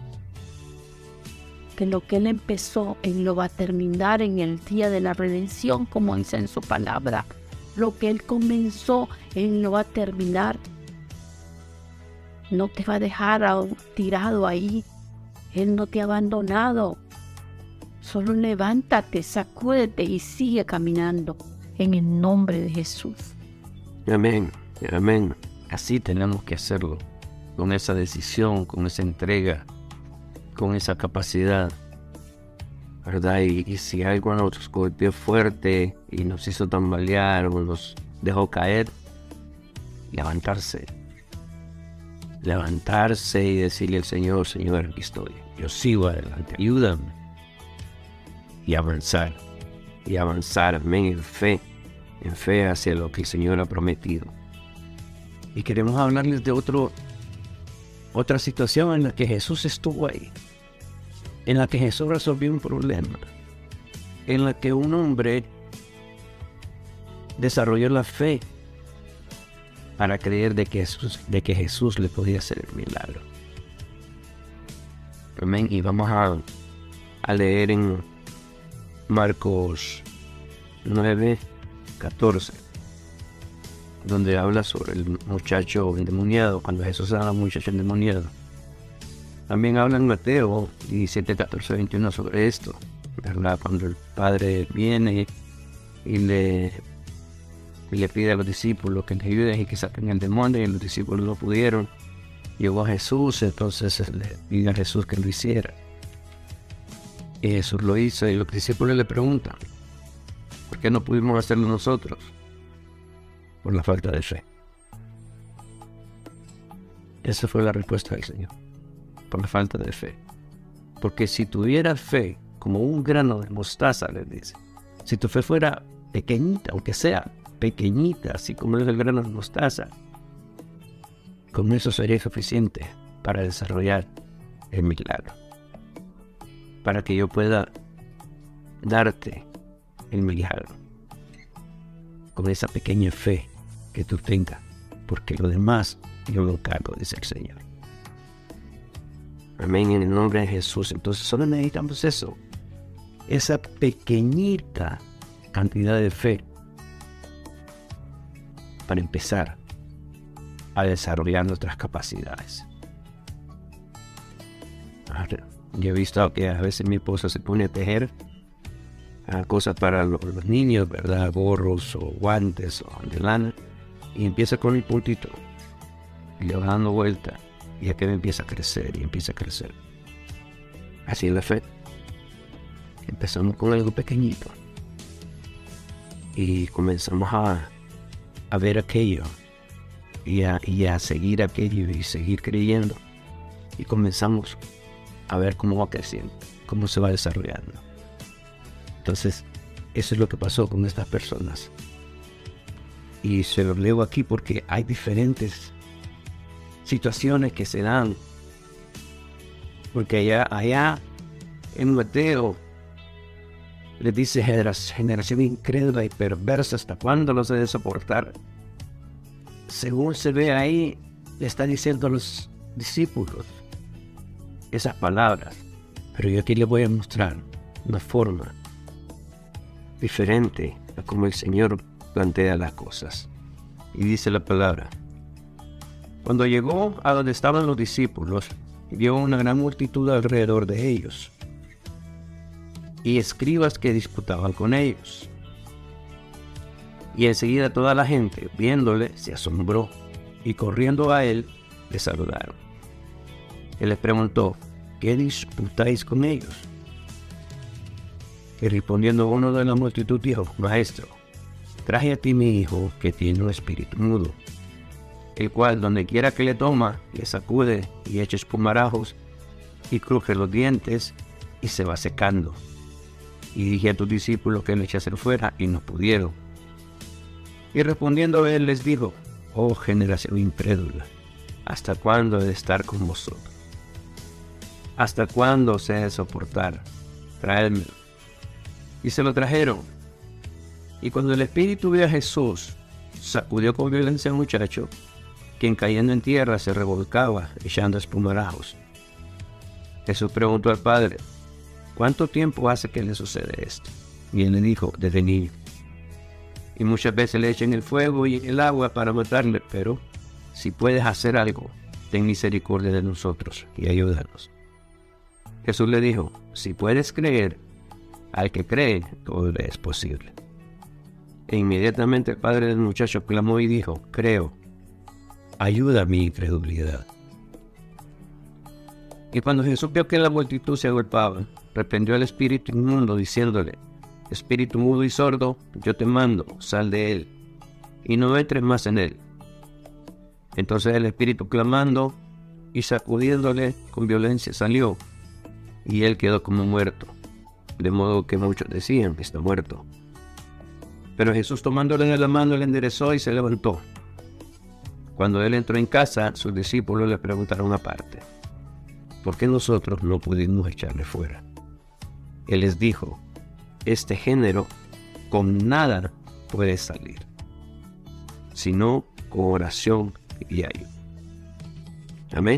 [SPEAKER 2] Que lo que Él empezó, Él lo va a terminar en el día de la redención, como dice en su palabra. Lo que Él comenzó, Él lo va a terminar. No te va a dejar tirado ahí. Él no te ha abandonado. Solo levántate, sacúdete y sigue caminando en el nombre de Jesús.
[SPEAKER 1] Amén, amén. Así tenemos que hacerlo, con esa decisión, con esa entrega, con esa capacidad, ¿verdad? Y si algo nos golpeó fuerte y nos hizo tambalear o nos dejó caer, levantarse y decirle al Señor, Señor, aquí estoy, yo sigo adelante, ayúdame, y avanzar, amén, en fe hacia lo que el Señor ha prometido. Y queremos hablarles de otra situación en la que Jesús estuvo ahí, en la que Jesús resolvió un problema, en la que un hombre desarrolló la fe para creer de que Jesús le podía hacer el milagro. Amén. Y vamos a leer en Marcos 9:14, donde habla sobre el muchacho endemoniado, cuando Jesús sana al muchacho endemoniado. También habla en Mateo 17:14-21 sobre esto, ¿verdad? Cuando el padre viene y le pide a los discípulos que le ayuden y que saquen el demonio, y los discípulos no pudieron. Llegó a Jesús, entonces le pide a Jesús que lo hiciera. Y Jesús lo hizo, y los discípulos le preguntan, ¿por qué no pudimos hacerlo nosotros? Por la falta de fe. Esa fue la respuesta del Señor. Por la falta de fe. Porque si tuviera fe como un grano de mostaza, les dice, si tu fe fuera pequeñita, aunque sea pequeñita, así como es el grano de mostaza, con eso sería suficiente para desarrollar el milagro, para que yo pueda darte el milagro, con esa pequeña fe que tú tengas, porque lo demás yo lo cargo, dice el Señor. Amén, en el nombre de Jesús. Entonces solo necesitamos eso, esa pequeñita cantidad de fe para empezar a desarrollar nuestras capacidades. Yo he visto que a veces mi esposa se pone a tejer cosas para los niños, ¿verdad? Gorros o guantes o de lana, y empieza con el puntito y le va dando vuelta, y aquello empieza a crecer y empieza a crecer. Así es la fe. Empezamos con algo pequeñito y comenzamos a ver aquello y a seguir aquello y seguir creyendo, y comenzamos a ver cómo va creciendo, cómo se va desarrollando. Entonces, eso es lo que pasó con estas personas. Y se lo leo aquí porque hay diferentes situaciones que se dan. Porque allá en Mateo les dice: generación incrédula y perversa, ¿hasta cuándo los he de soportar? Según se ve ahí, le está diciendo a los discípulos esas palabras. Pero yo aquí les voy a mostrar una forma diferente a como el Señor plantea las cosas. Y dice la palabra: cuando llegó a donde estaban los discípulos, vio una gran multitud alrededor de ellos y escribas que disputaban con ellos. Y enseguida toda la gente, viéndole, se asombró, y corriendo a él, le saludaron. Él les preguntó: ¿qué disputáis con ellos? Y respondiendo uno de la multitud dijo: Maestro, traje a ti mi hijo, que tiene un espíritu mudo, el cual donde quiera que le toma, le sacude y echa espumarajos, y cruje los dientes, y se va secando. Y dije a tus discípulos que lo echasen fuera, y no pudieron. Y respondiendo él les dijo: oh generación incrédula, ¿hasta cuándo he de estar con vosotros? ¿Hasta cuándo os he de soportar? Traédmelo. Y se lo trajeron. Y cuando el espíritu vio a Jesús, sacudió con violencia al muchacho, quien cayendo en tierra se revolcaba, echando espumarajos. Jesús preguntó al padre: ¿cuánto tiempo hace que le sucede esto? Y él le dijo: desde niño. Y muchas veces le echan el fuego y el agua para matarle, pero si puedes hacer algo, ten misericordia de nosotros y ayúdanos. Jesús le dijo: si puedes creer, al que cree, todo le es posible. E inmediatamente el padre del muchacho clamó y dijo: creo, ayuda a mi incredulidad. Y cuando Jesús vio que la multitud se agolpaba, reprendió al espíritu inmundo, diciéndole: espíritu mudo y sordo, yo te mando, sal de él, y no entres más en él. Entonces el espíritu, clamando y sacudiéndole con violencia, salió, y él quedó como muerto, de modo que muchos decían: está muerto. Pero Jesús, tomándole de la mano, le enderezó y se levantó. Cuando él entró en casa, sus discípulos le preguntaron aparte: ¿por qué nosotros no pudimos echarle fuera? Él les dijo: este género con nada puede salir, sino con oración y ayuno. Amén.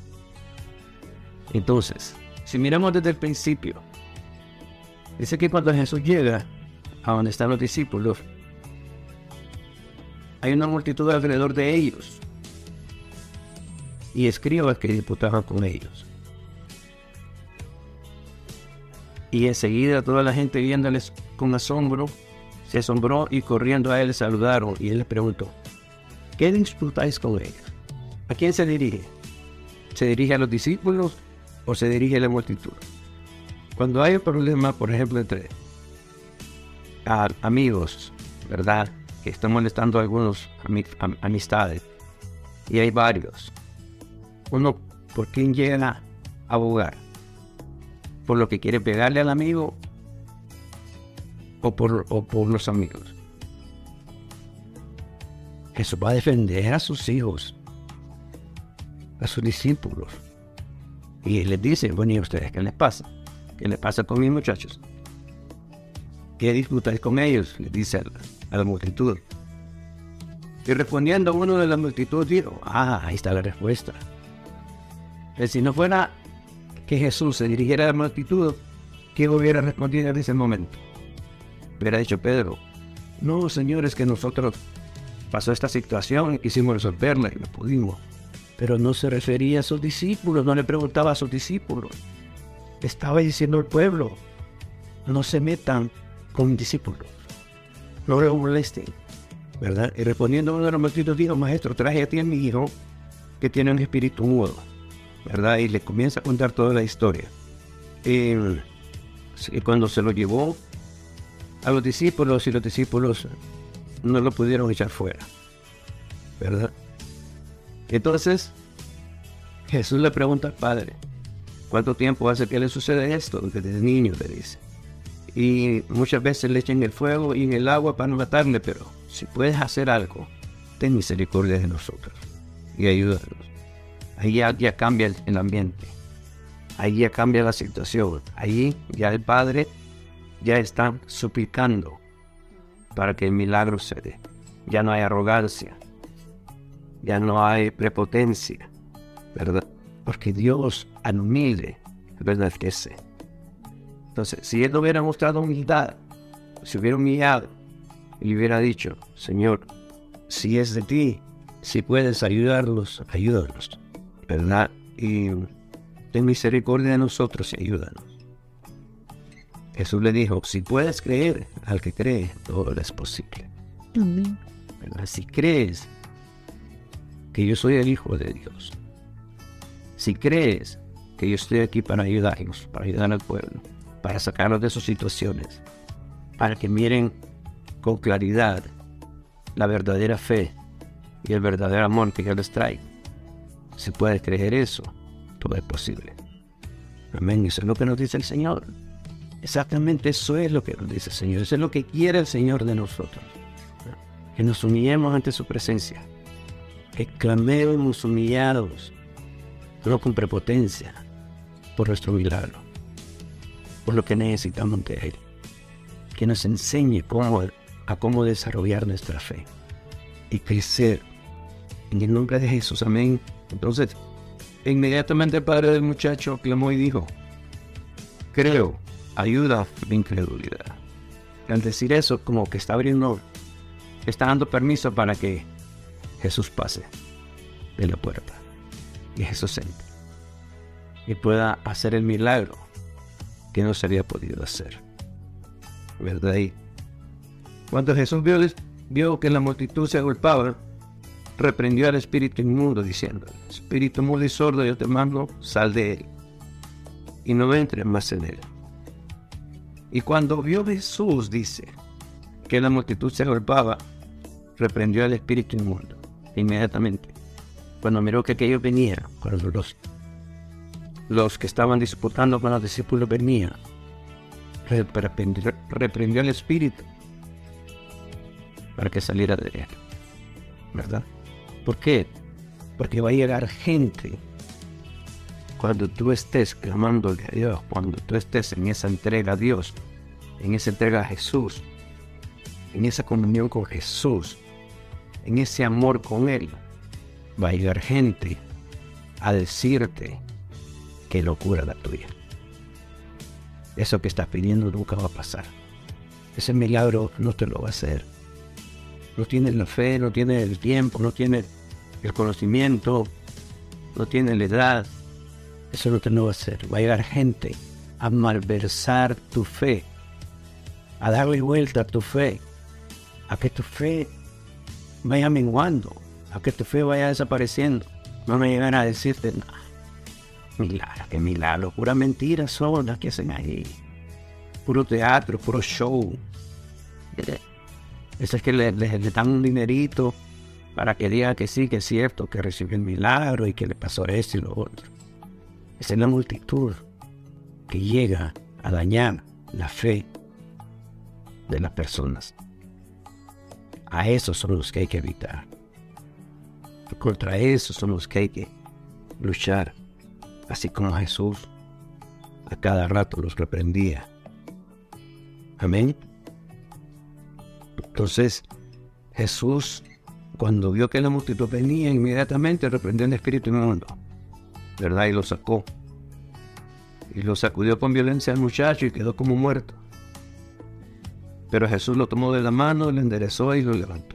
[SPEAKER 1] Entonces, si miramos desde el principio, dice que cuando Jesús llega a donde están los discípulos, hay una multitud alrededor de ellos y escribas que disputaban con ellos. Y enseguida toda la gente, viéndoles con asombro, se asombró y corriendo a él saludaron. Y él les preguntó: ¿qué disputáis con ellos? ¿A quién se dirige? ¿Se dirige a los discípulos o se dirige a la multitud? Cuando hay un problema, por ejemplo, entre amigos, ¿verdad?, que están molestando a algunos amistades, y hay varios, uno, ¿por quién llega a abogar? ¿Por lo que quiere pegarle al amigo o por los amigos? Jesús va a defender a sus hijos, a sus discípulos, y les dice: bueno, ¿y a ustedes qué les pasa? ¿Qué les pasa con mis muchachos? ¿Qué disputáis con ellos?, les dice a la multitud. Y respondiendo uno de la multitud dijo: ahí está la respuesta. Si no fuera que Jesús se dirigiera a la multitud, ¿quién hubiera respondido en ese momento? Hubiera dicho Pedro: no, señores, que nosotros pasó esta situación y quisimos resolverla y no pudimos. Pero no se refería a sus discípulos, no le preguntaba a sus discípulos. Estaba diciendo al pueblo: no se metan con discípulos, no lo molesten, ¿verdad? Y respondiendo uno de los multitud dijo: maestro, traje a ti a mi hijo, que tiene un espíritu mudo, ¿verdad? Y le comienza a contar toda la historia. Y cuando se lo llevó a los discípulos, y los discípulos no lo pudieron echar fuera, ¿verdad? Entonces Jesús le pregunta al Padre: ¿Cuánto tiempo hace que le sucede esto? Desde niño, le dice. Y muchas veces le echan el fuego y en el agua para matarle, pero si puedes hacer algo, ten misericordia de nosotros y ayúdanos. Ahí ya cambia el ambiente. Ahí ya cambia la situación. Ahí ya el Padre ya está suplicando para que el milagro se dé. Ya no hay arrogancia. Ya no hay prepotencia, ¿verdad? Porque Dios al humilde enaltece. Entonces, si Él no hubiera mostrado humildad, si hubiera humillado y le hubiera dicho, Señor, si es de ti, si puedes ayudarlos, ayúdanos, ¿verdad? Y ten misericordia de nosotros y ayúdanos. Jesús le dijo, si puedes creer, al que cree, todo es posible.
[SPEAKER 2] Amén.
[SPEAKER 1] ¿Verdad? Si crees que yo soy el Hijo de Dios, si crees que yo estoy aquí para ayudarnos, para ayudar al pueblo, para sacarlos de sus situaciones, para que miren con claridad la verdadera fe y el verdadero amor que Dios les trae. Si puedes creer eso, todo es posible. Amén. Eso es lo que nos dice el Señor. Exactamente eso es lo que nos dice el Señor. Eso es lo que quiere el Señor de nosotros. Que nos humillemos ante su presencia. Que clamemos humillados, no con prepotencia, por nuestro milagro, por lo que necesitamos de Él. Que nos enseñe a cómo desarrollar nuestra fe y crecer en el nombre de Jesús. Amén. Entonces, inmediatamente el padre del muchacho clamó y dijo, creo, ayuda a mi incredulidad. Al decir eso, como que está dando permiso para que Jesús pase de la puerta y Jesús entre y pueda hacer el milagro que no se había podido hacer, ¿verdad? Y cuando Jesús vio que la multitud se agolpaba, reprendió al espíritu inmundo diciendo, espíritu mudo y sordo, yo te mando, sal de él y no entres más en él. Y cuando vio Jesús, dice, que la multitud se agolpaba, reprendió al espíritu inmundo inmediatamente. Cuando miró que aquello venía, cuando los que estaban disputando con los discípulos venían, reprendió al espíritu para que saliera de él, ¿verdad? ¿Por qué? Porque va a llegar gente cuando tú estés clamándole a Dios, cuando tú estés en esa entrega a Dios, en esa entrega a Jesús, en esa comunión con Jesús, en ese amor con Él, va a llegar gente a decirte qué locura la tuya. Eso que estás pidiendo nunca va a pasar. Ese milagro no te lo va a hacer. No tienes la fe, no tienes el tiempo, no tienes el conocimiento, no tienes la edad. Eso no te lo va a hacer. Va a llegar gente a malversar tu fe, a darle vuelta a tu fe, a que tu fe vaya menguando, a que tu fe vaya desapareciendo. No me llegan a decirte, no, milagro, que milagro, pura mentira son las que hacen ahí. Puro teatro, puro show. Eso es que le dan un dinerito para que diga que sí, que es cierto, que recibió el milagro y que le pasó esto y lo otro. Esa es la multitud que llega a dañar la fe de las personas. A esos son los que hay que evitar. Contra esos son los que hay que luchar. Así como Jesús a cada rato los reprendía. Amén. Entonces, Jesús, cuando vio que la multitud venía, inmediatamente reprendió el espíritu inmundo, ¿verdad? Y lo sacó. Y lo sacudió con violencia al muchacho y quedó como muerto. Pero Jesús lo tomó de la mano, lo enderezó y lo levantó.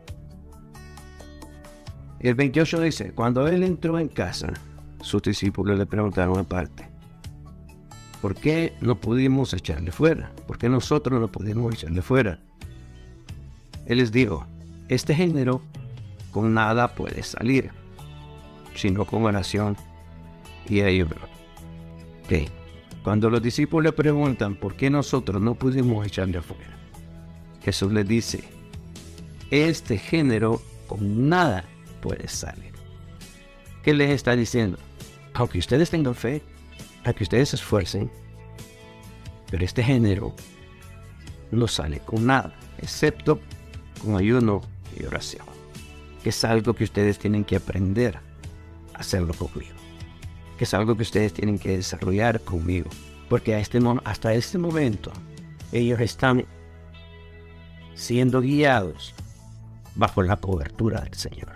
[SPEAKER 1] Y el 28 dice, cuando él entró en casa, sus discípulos le preguntaron aparte, ¿por qué no pudimos echarle fuera? ¿Por qué nosotros no pudimos echarle fuera? Él les dijo, este género con nada puede salir, sino con oración y ayuno. Okay. Cuando los discípulos le preguntan, ¿por qué nosotros no pudimos echarle fuera? Jesús les dice, este género con nada puede salir. ¿Qué les está diciendo? Aunque ustedes tengan fe, a que ustedes se esfuercen, pero este género no sale con nada, excepto con ayuno y oración, que es algo que ustedes tienen que aprender a hacerlo conmigo, que es algo que ustedes tienen que desarrollar conmigo, porque hasta este momento ellos están siendo guiados bajo la cobertura del Señor,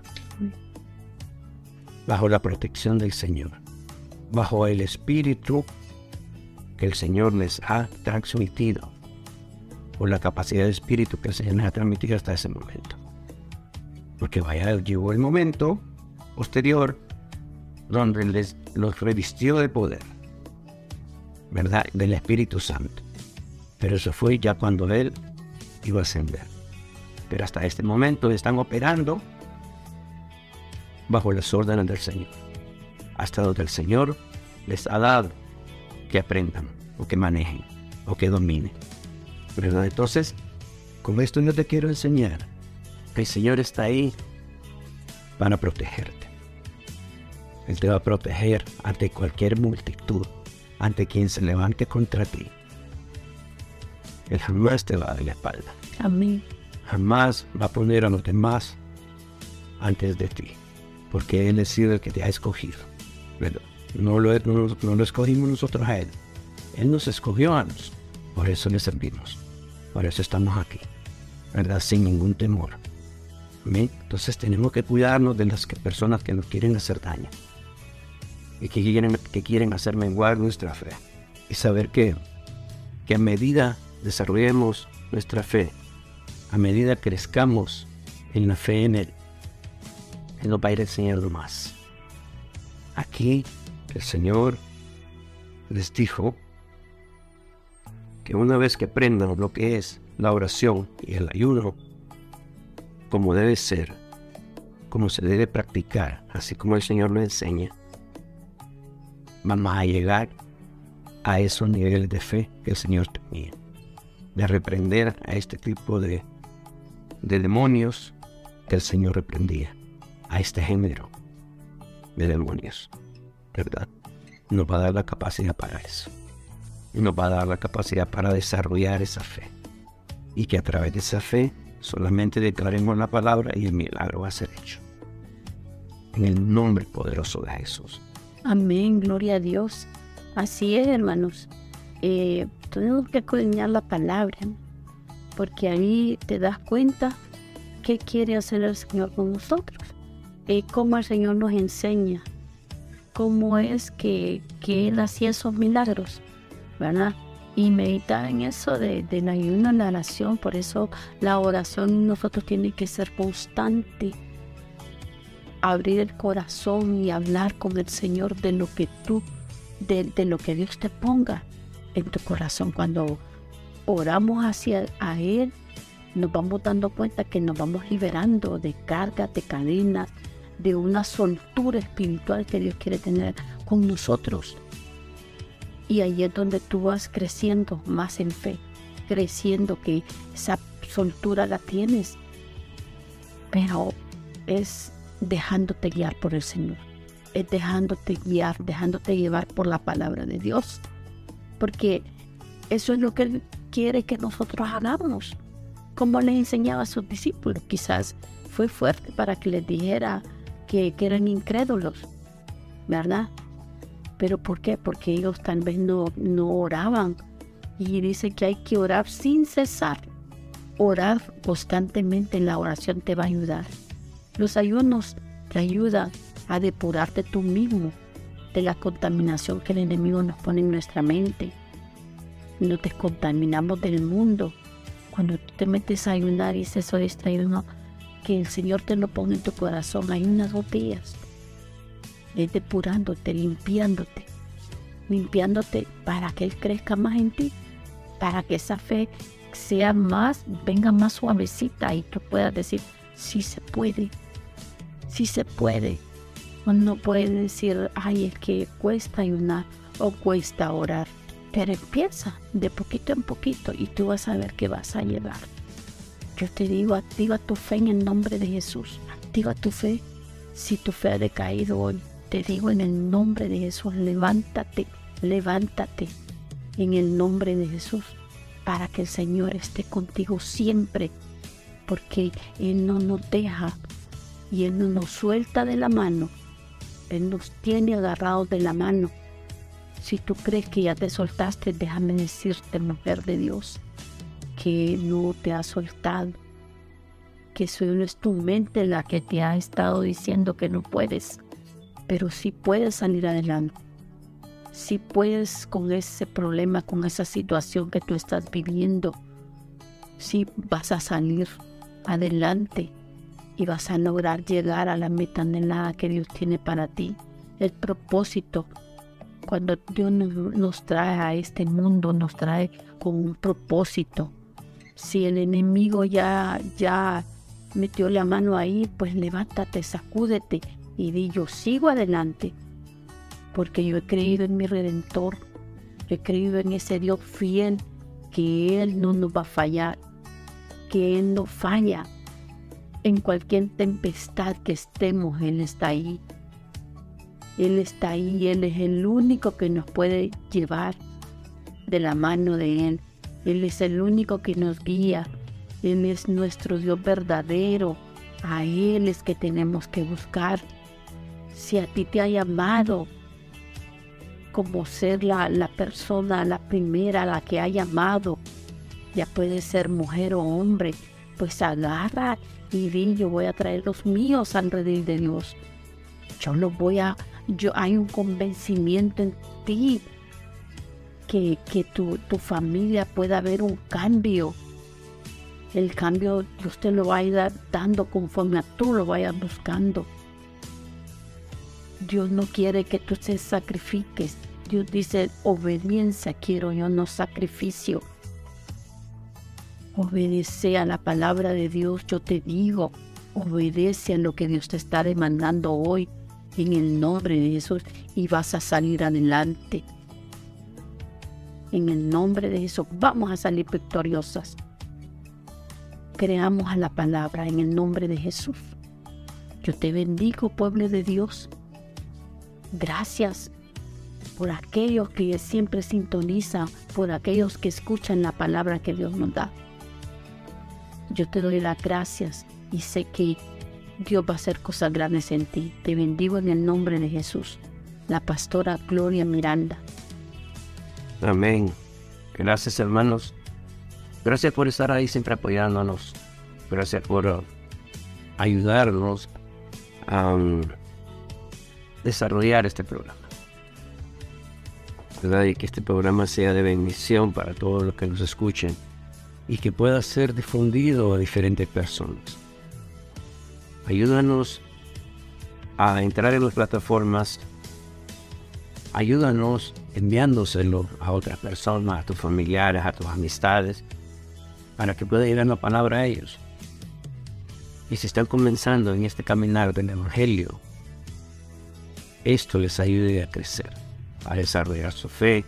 [SPEAKER 1] bajo la protección del Señor, bajo el Espíritu que el Señor les ha transmitido, por la capacidad de Espíritu que el Señor les ha transmitido hasta ese momento. Porque llegó el momento posterior donde los revistió de poder, ¿verdad? Del Espíritu Santo. Pero eso fue ya cuando Él iba a ascender. Pero hasta este momento están operando bajo las órdenes del Señor, hasta donde el Señor les ha dado que aprendan, o que manejen, o que dominen, ¿verdad? Entonces, con esto yo te quiero enseñar que el Señor está ahí para protegerte. Él te va a proteger ante cualquier multitud, ante quien se levante contra ti. Él jamás te va a dar la espalda.
[SPEAKER 2] Amén.
[SPEAKER 1] Jamás va a poner a los demás antes de ti, porque Él ha sido el que te ha escogido, ¿verdad? No lo escogimos nosotros a Él. Él nos escogió a nosotros. Por eso le servimos. Por eso estamos aquí, ¿verdad? Sin ningún temor. ¿Amén? Entonces tenemos que cuidarnos de las personas que nos quieren hacer daño y que quieren hacer menguar nuestra fe. Y saber que a medida desarrollemos nuestra fe, a medida crezcamos en la fe en Él, Él nos va a ir enseñando más. Aquí el Señor les dijo que una vez que aprendan lo que es la oración y el ayuno, como debe ser, como se debe practicar, así como el Señor lo enseña, vamos a llegar a esos niveles de fe que el Señor tenía, de reprender a este tipo de demonios que el Señor reprendía, a este género de demonios, ¿verdad? Nos va a dar la capacidad para eso. Nos va a dar la capacidad para desarrollar esa fe. Y que a través de esa fe solamente declaremos la palabra y el milagro va a ser hecho. En el nombre poderoso de Jesús.
[SPEAKER 2] Amén, gloria a Dios. Así es, hermanos. Tenemos que escudriñar la palabra, porque ahí te das cuenta qué quiere hacer el Señor con nosotros. Cómo el Señor nos enseña, cómo es que Él hacía esos milagros, ¿verdad? Y meditar en eso del ayuno y la oración. Por eso la oración nosotros tiene que ser constante. Abrir el corazón y hablar con el Señor de lo que de lo que Dios te ponga en tu corazón. Cuando oramos hacia a Él, nos vamos dando cuenta que nos vamos liberando de cargas, de cadenas, de una soltura espiritual que Dios quiere tener con nosotros. Y ahí es donde tú vas creciendo más en fe, creciendo, que esa soltura la tienes, pero es dejándote guiar por el Señor, es dejándote guiar, dejándote llevar por la palabra de Dios, porque eso es lo que Él quiere que nosotros hagamos, como les enseñaba a sus discípulos. Quizás fue fuerte para que les dijera que eran incrédulos, ¿verdad? ¿Pero por qué? Porque ellos tal vez no oraban. Y dice que hay que orar sin cesar. Orar constantemente, en la oración te va a ayudar. Los ayunos te ayudan a depurarte tú mismo de la contaminación que el enemigo nos pone en nuestra mente. Nos descontaminamos del mundo. Cuando tú te metes a ayunar y dices eso de este ayuno, que el Señor te lo pone en tu corazón, hay unas 2 días. Es depurándote, limpiándote para que Él crezca más en ti, para que esa fe sea venga más suavecita y tú puedas decir, sí se puede, sí se puede. No puedes decir, ay, es que cuesta ayunar o cuesta orar, pero empieza de poquito en poquito y tú vas a ver que vas a llegar. Yo te digo, activa tu fe en el nombre de Jesús, activa tu fe. Si tu fe ha decaído hoy, te digo en el nombre de Jesús, levántate levántate en el nombre de Jesús para que el Señor esté contigo siempre, porque Él no nos deja y Él no nos suelta de la mano. Él nos tiene agarrados de la mano. Si tú crees que ya te soltaste, déjame decirte, mujer de Dios, que no te ha soltado, que solo es tu mente la que te ha estado diciendo que no puedes, pero sí puedes salir adelante. Sí puedes con ese problema, con esa situación que tú estás viviendo. Sí vas a salir adelante y vas a lograr llegar a la meta anhelada que Dios tiene para ti. El propósito, cuando Dios nos trae a este mundo, nos trae con un propósito. Si el enemigo ya metió la mano ahí, pues levántate, sacúdete y di: yo sigo adelante, porque yo he creído en mi Redentor, yo he creído en ese Dios fiel, que Él no nos va a fallar, que Él no falla. En cualquier tempestad que estemos, Él está ahí. Él está ahí, Él es el único que nos puede llevar de la mano de Él. Él es el único que nos guía. Él es nuestro Dios verdadero. A Él es que tenemos que buscar. Si a ti te ha llamado como ser la persona, la primera, la que ha llamado, ya puede ser mujer o hombre, pues agarra y di: yo voy a traer los míos al redil de Dios. Hay un convencimiento en ti que tu familia pueda ver un cambio. El cambio Dios te lo va a ir dando conforme a tú lo vayas buscando. Dios no quiere que tú te sacrifiques. Dios dice: obediencia quiero yo, no sacrificio. Obedece a la palabra de Dios, yo te digo. Obedece a lo que Dios te está demandando hoy en el nombre de Jesús y vas a salir adelante. En el nombre de Jesús vamos a salir victoriosas. Creamos a la palabra en el nombre de Jesús. Yo te bendigo, pueblo de Dios. Gracias por aquellos que siempre sintonizan, por aquellos que escuchan la palabra que Dios nos da. Yo te doy las gracias y sé que Dios va a hacer cosas grandes en ti. Te bendigo en el nombre de Jesús. La pastora Gloria Miranda.
[SPEAKER 1] Amén. Gracias, hermanos. Gracias por estar ahí siempre apoyándonos. Gracias por ayudarnos a desarrollar este programa, ¿verdad? Y que este programa sea de bendición para todos los que nos escuchen y que pueda ser difundido a diferentes personas. Ayúdanos a entrar en las plataformas. Ayúdanos enviándoselo a otras personas, a tus familiares, a tus amistades, para que pueda llegar la palabra a ellos. Y si están comenzando en este caminar del Evangelio, esto les ayude a crecer, a desarrollar su fe,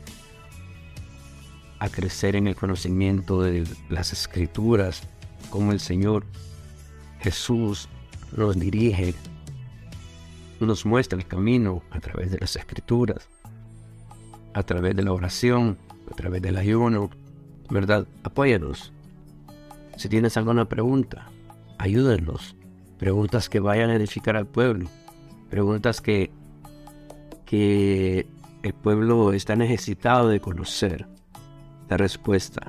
[SPEAKER 1] a crecer en el conocimiento de las Escrituras, como el Señor Jesús nos dirige, nos muestra el camino a través de las Escrituras, a través de la oración, a través del ayuno, ¿verdad? Apóyanos. Si tienes alguna pregunta, ayúdanos. Preguntas que vayan a edificar al pueblo. Preguntas que el pueblo está necesitado de conocer la respuesta.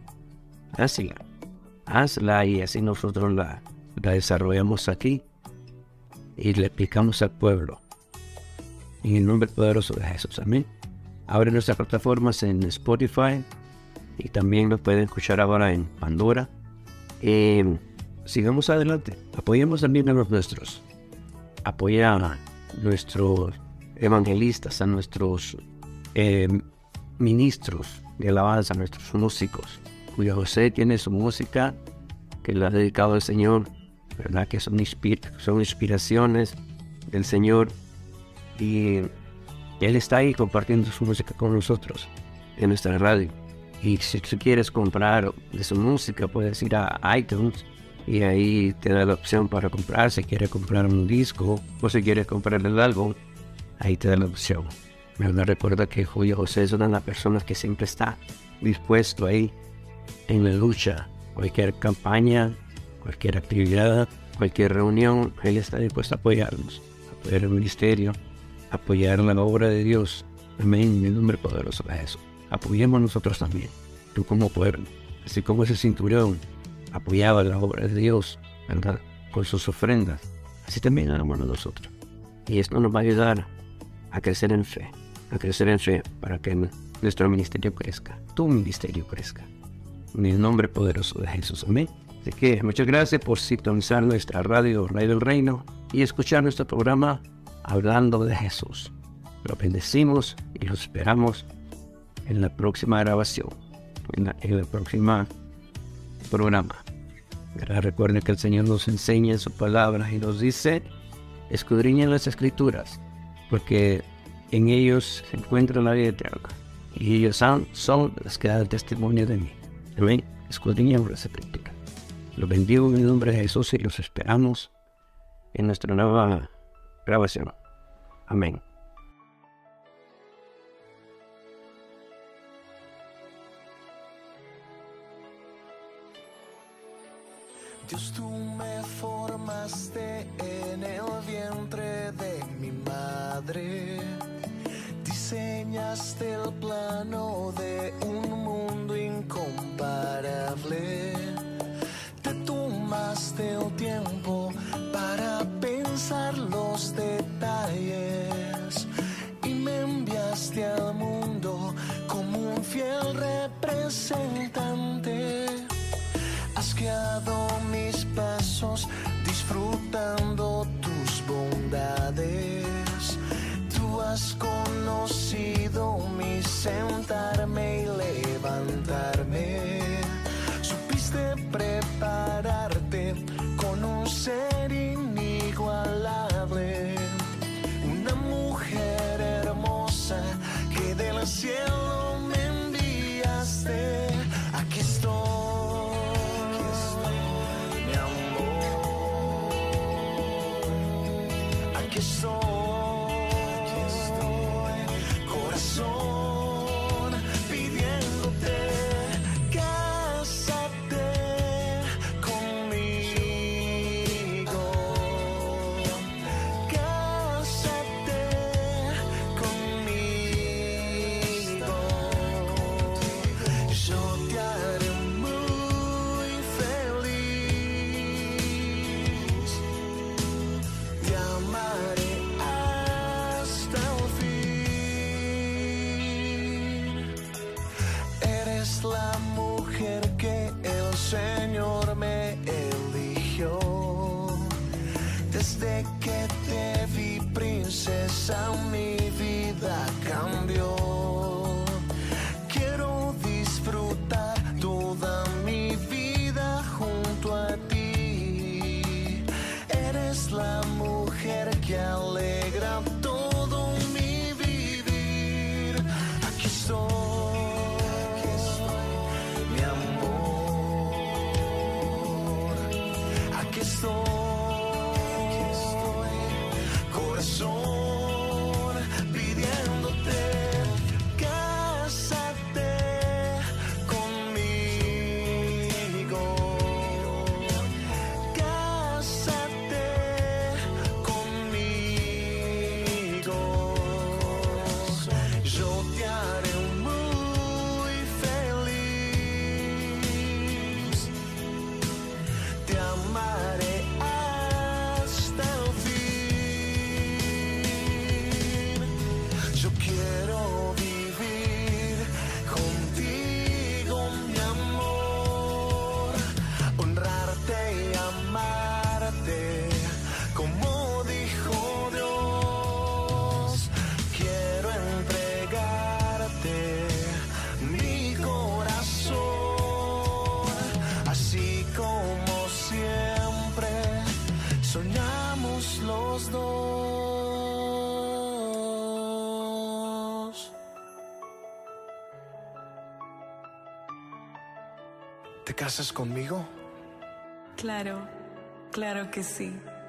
[SPEAKER 1] Hazla y así nosotros la desarrollamos aquí y le explicamos al pueblo. En el nombre poderoso de Jesús. Amén. Abre nuestras plataformas en Spotify y también nos pueden escuchar ahora en Pandora. Sigamos adelante. Apoyemos también a los nuestros. Apoya a nuestros evangelistas, a nuestros ministros de alabanza, a nuestros músicos. Cuya José tiene su música que le ha dedicado al Señor, ¿verdad? Que son inspiraciones del Señor. Y Él está ahí compartiendo su música con nosotros en nuestra radio. Y si tú quieres comprar de su música, puedes ir a iTunes y ahí te da la opción para comprar. Si quieres comprar un disco o si quieres comprar el álbum, ahí te da la opción. ¿Verdad? Recuerda que Julio José es una de las personas que siempre está dispuesto ahí en la lucha. Cualquier campaña, cualquier actividad, cualquier reunión, él está dispuesto a apoyarnos, a apoyar el ministerio, a apoyar la obra de Dios. Amén, en el nombre poderoso de Jesús. Apoyemos nosotros también, tú como pueblo, así como ese cinturón apoyaba la obra de Dios, ¿verdad? Con sus ofrendas, así también hagamos nosotros. Y esto nos va a ayudar a crecer en fe para que nuestro ministerio crezca, tu ministerio crezca. En el nombre poderoso de Jesús, amén. Así que muchas gracias por sintonizar nuestra radio del Reino y escuchar nuestro programa Hablando de Jesús. Los bendecimos y los esperamos en la próxima grabación, en el próximo programa. Recuerden que el Señor nos enseña en su palabra y nos dice: escudriñen las Escrituras, porque en ellos se encuentra la vida eterna, y ellos son las que dan testimonio de mí. Amén. Escudriñen las Escrituras. Los bendigo en el nombre de Jesús y los esperamos en nuestra nueva grabación. Amén.
[SPEAKER 3] Dios, tú me formaste en el vientre de mi madre. Diseñaste el plano de un mundo incomparable. Te tomaste el tiempo para pensar los detalles y me enviaste al mundo como un fiel representante. Has guiado mis pasos disfrutando tus bondades. Tú has conocido mi sentarme y levantarme. Supiste prepararte con un ser inigualable. Una mujer hermosa que del cielo me enviaste. Aquí estoy. Aquí estoy, corazón, pidiéndote, cásate conmigo, cásate conmigo, yo te haré muy feliz, te amaré. La mujer que el Señor me eligió. Desde que te vi, princesa, mi vida cambió. Quiero disfrutar toda mi vida junto a ti. Eres la mujer que alegra todo mi vivir. Aquí estoy. Aquí estoy, corazón, pidiéndote, cásate conmigo, cásate conmigo, yo te haré muy feliz, te amaré. Quiero vivir contigo, mi amor, honrarte y amarte como dijo Dios. Quiero entregarte mi corazón, así como siempre soñamos los dos. ¿Te casas conmigo?
[SPEAKER 4] Claro, claro que sí.